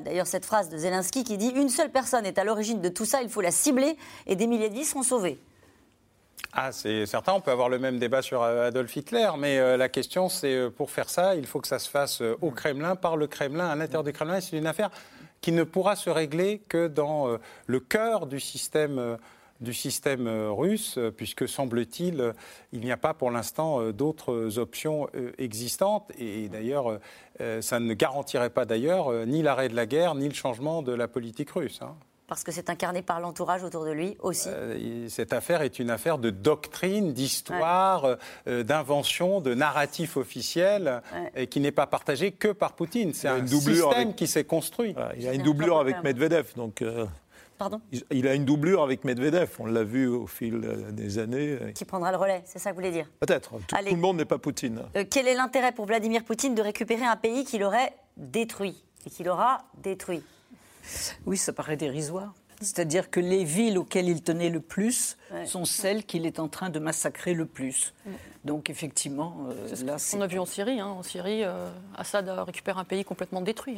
D'ailleurs, cette phrase de Zelensky qui dit « Une seule personne est à l'origine de tout ça, il faut la cibler et des milliers de vies seront sauvées ». C'est certain, on peut avoir le même débat sur Adolf Hitler, mais la question, c'est pour faire ça, il faut que ça se fasse au Kremlin, par le Kremlin, à l'intérieur du Kremlin. Et c'est une affaire qui ne pourra se régler que dans le cœur du système russe, puisque, semble-t-il, il n'y a pas pour l'instant d'autres options existantes. Et d'ailleurs, ça ne garantirait pas ni l'arrêt de la guerre, ni le changement de la politique russe. Parce que c'est incarné par l'entourage autour de lui aussi. Cette affaire est une affaire de doctrine, d'histoire, d'invention, de narratif officiel, et qui n'est pas partagé que par Poutine. C'est un système qui s'est construit. Il y a une doublure avec Medvedev, donc... Pardon ? Il a une doublure avec Medvedev, on l'a vu au fil des années. Qui prendra le relais, c'est ça que vous voulez dire ? Peut-être, tout le monde n'est pas Poutine. Quel est l'intérêt pour Vladimir Poutine de récupérer un pays qu'il aurait détruit et qu'il aura détruit ? Oui, ça paraît dérisoire. C'est-à-dire que les villes auxquelles il tenait le plus sont celles qu'il est en train de massacrer le plus. Donc effectivement, là, on a vu en Syrie. En Syrie, Assad a récupéré un pays complètement détruit.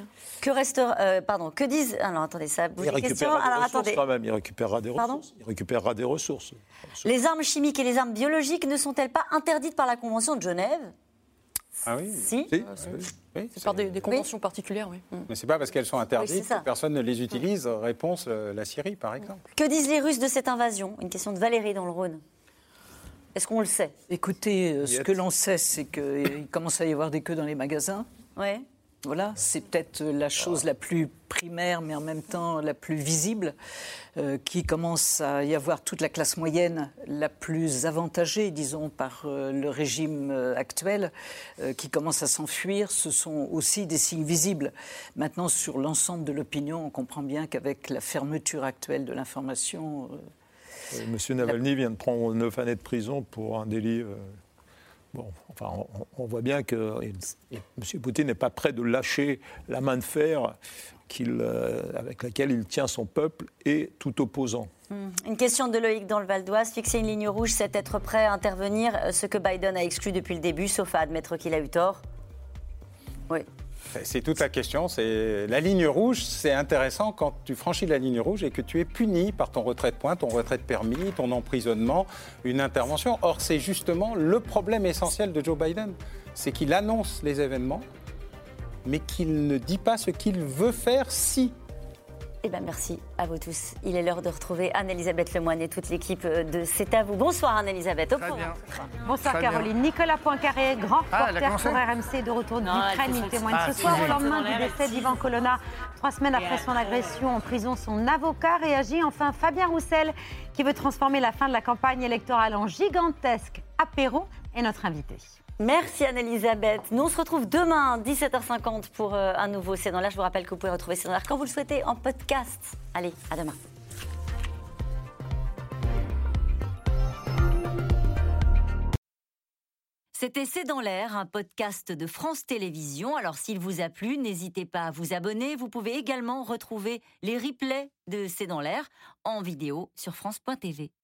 Que disent... Alors attendez, ça bouge les questions. Quand même, il récupérera des ressources. Il récupérera des ressources. Les armes chimiques et les armes biologiques ne sont-elles pas interdites par la Convention de Genève ? Ah oui. Si. C'est par des conventions particulières, oui. Mais c'est pas parce qu'elles sont interdites que personne ne les utilise. Réponse, la Syrie, par exemple. Que disent les Russes de cette invasion ? Une question de Valérie dans le Rhône. Est-ce qu'on le sait ? Écoutez, ce que l'on sait, c'est qu'il commence à y avoir des queues dans les magasins. Ouais. Voilà, c'est peut-être la chose la plus primaire, mais en même temps la plus visible, qui commence à y avoir toute la classe moyenne la plus avantagée, disons, par le régime actuel, qui commence à s'enfuir. Ce sont aussi des signes visibles. Maintenant, sur l'ensemble de l'opinion, on comprend bien qu'avec la fermeture actuelle de l'information... Monsieur Navalny vient de prendre 9 années de prison pour un délit... on voit bien que M. Poutine n'est pas prêt de lâcher la main de fer avec laquelle il tient son peuple et tout opposant. Une question de Loïc dans le Val d'Oise. Fixer une ligne rouge, c'est être prêt à intervenir, ce que Biden a exclu depuis le début, sauf à admettre qu'il a eu tort. Oui. C'est toute la question. C'est la ligne rouge, c'est intéressant quand tu franchis la ligne rouge et que tu es puni par ton retrait de points, ton retrait de permis, ton emprisonnement, une intervention. Or, c'est justement le problème essentiel de Joe Biden. C'est qu'il annonce les événements, mais qu'il ne dit pas ce qu'il veut faire si. Eh bien, merci à vous tous. Il est l'heure de retrouver Anne-Elisabeth Lemoine et toute l'équipe de C'est à vous. Bonsoir Anne-Elisabeth. Bonsoir Caroline. Nicolas Poincaré, grand reporter pour RMC, de retour d'Ukraine. Il témoigne ce soir au lendemain du décès d'Ivan Colonna. 3 semaines après son agression en prison, son avocat réagit. Enfin, Fabien Roussel, qui veut transformer la fin de la campagne électorale en gigantesque apéro, est notre invité. Merci Anne-Elisabeth. Nous on se retrouve demain 17h50 pour un nouveau C'est dans l'air. Je vous rappelle que vous pouvez retrouver C'est dans l'air quand vous le souhaitez en podcast. Allez, à demain. C'était C'est dans l'air, un podcast de France Télévisions. Alors s'il vous a plu, n'hésitez pas à vous abonner. Vous pouvez également retrouver les replays de C'est dans l'air en vidéo sur France.tv.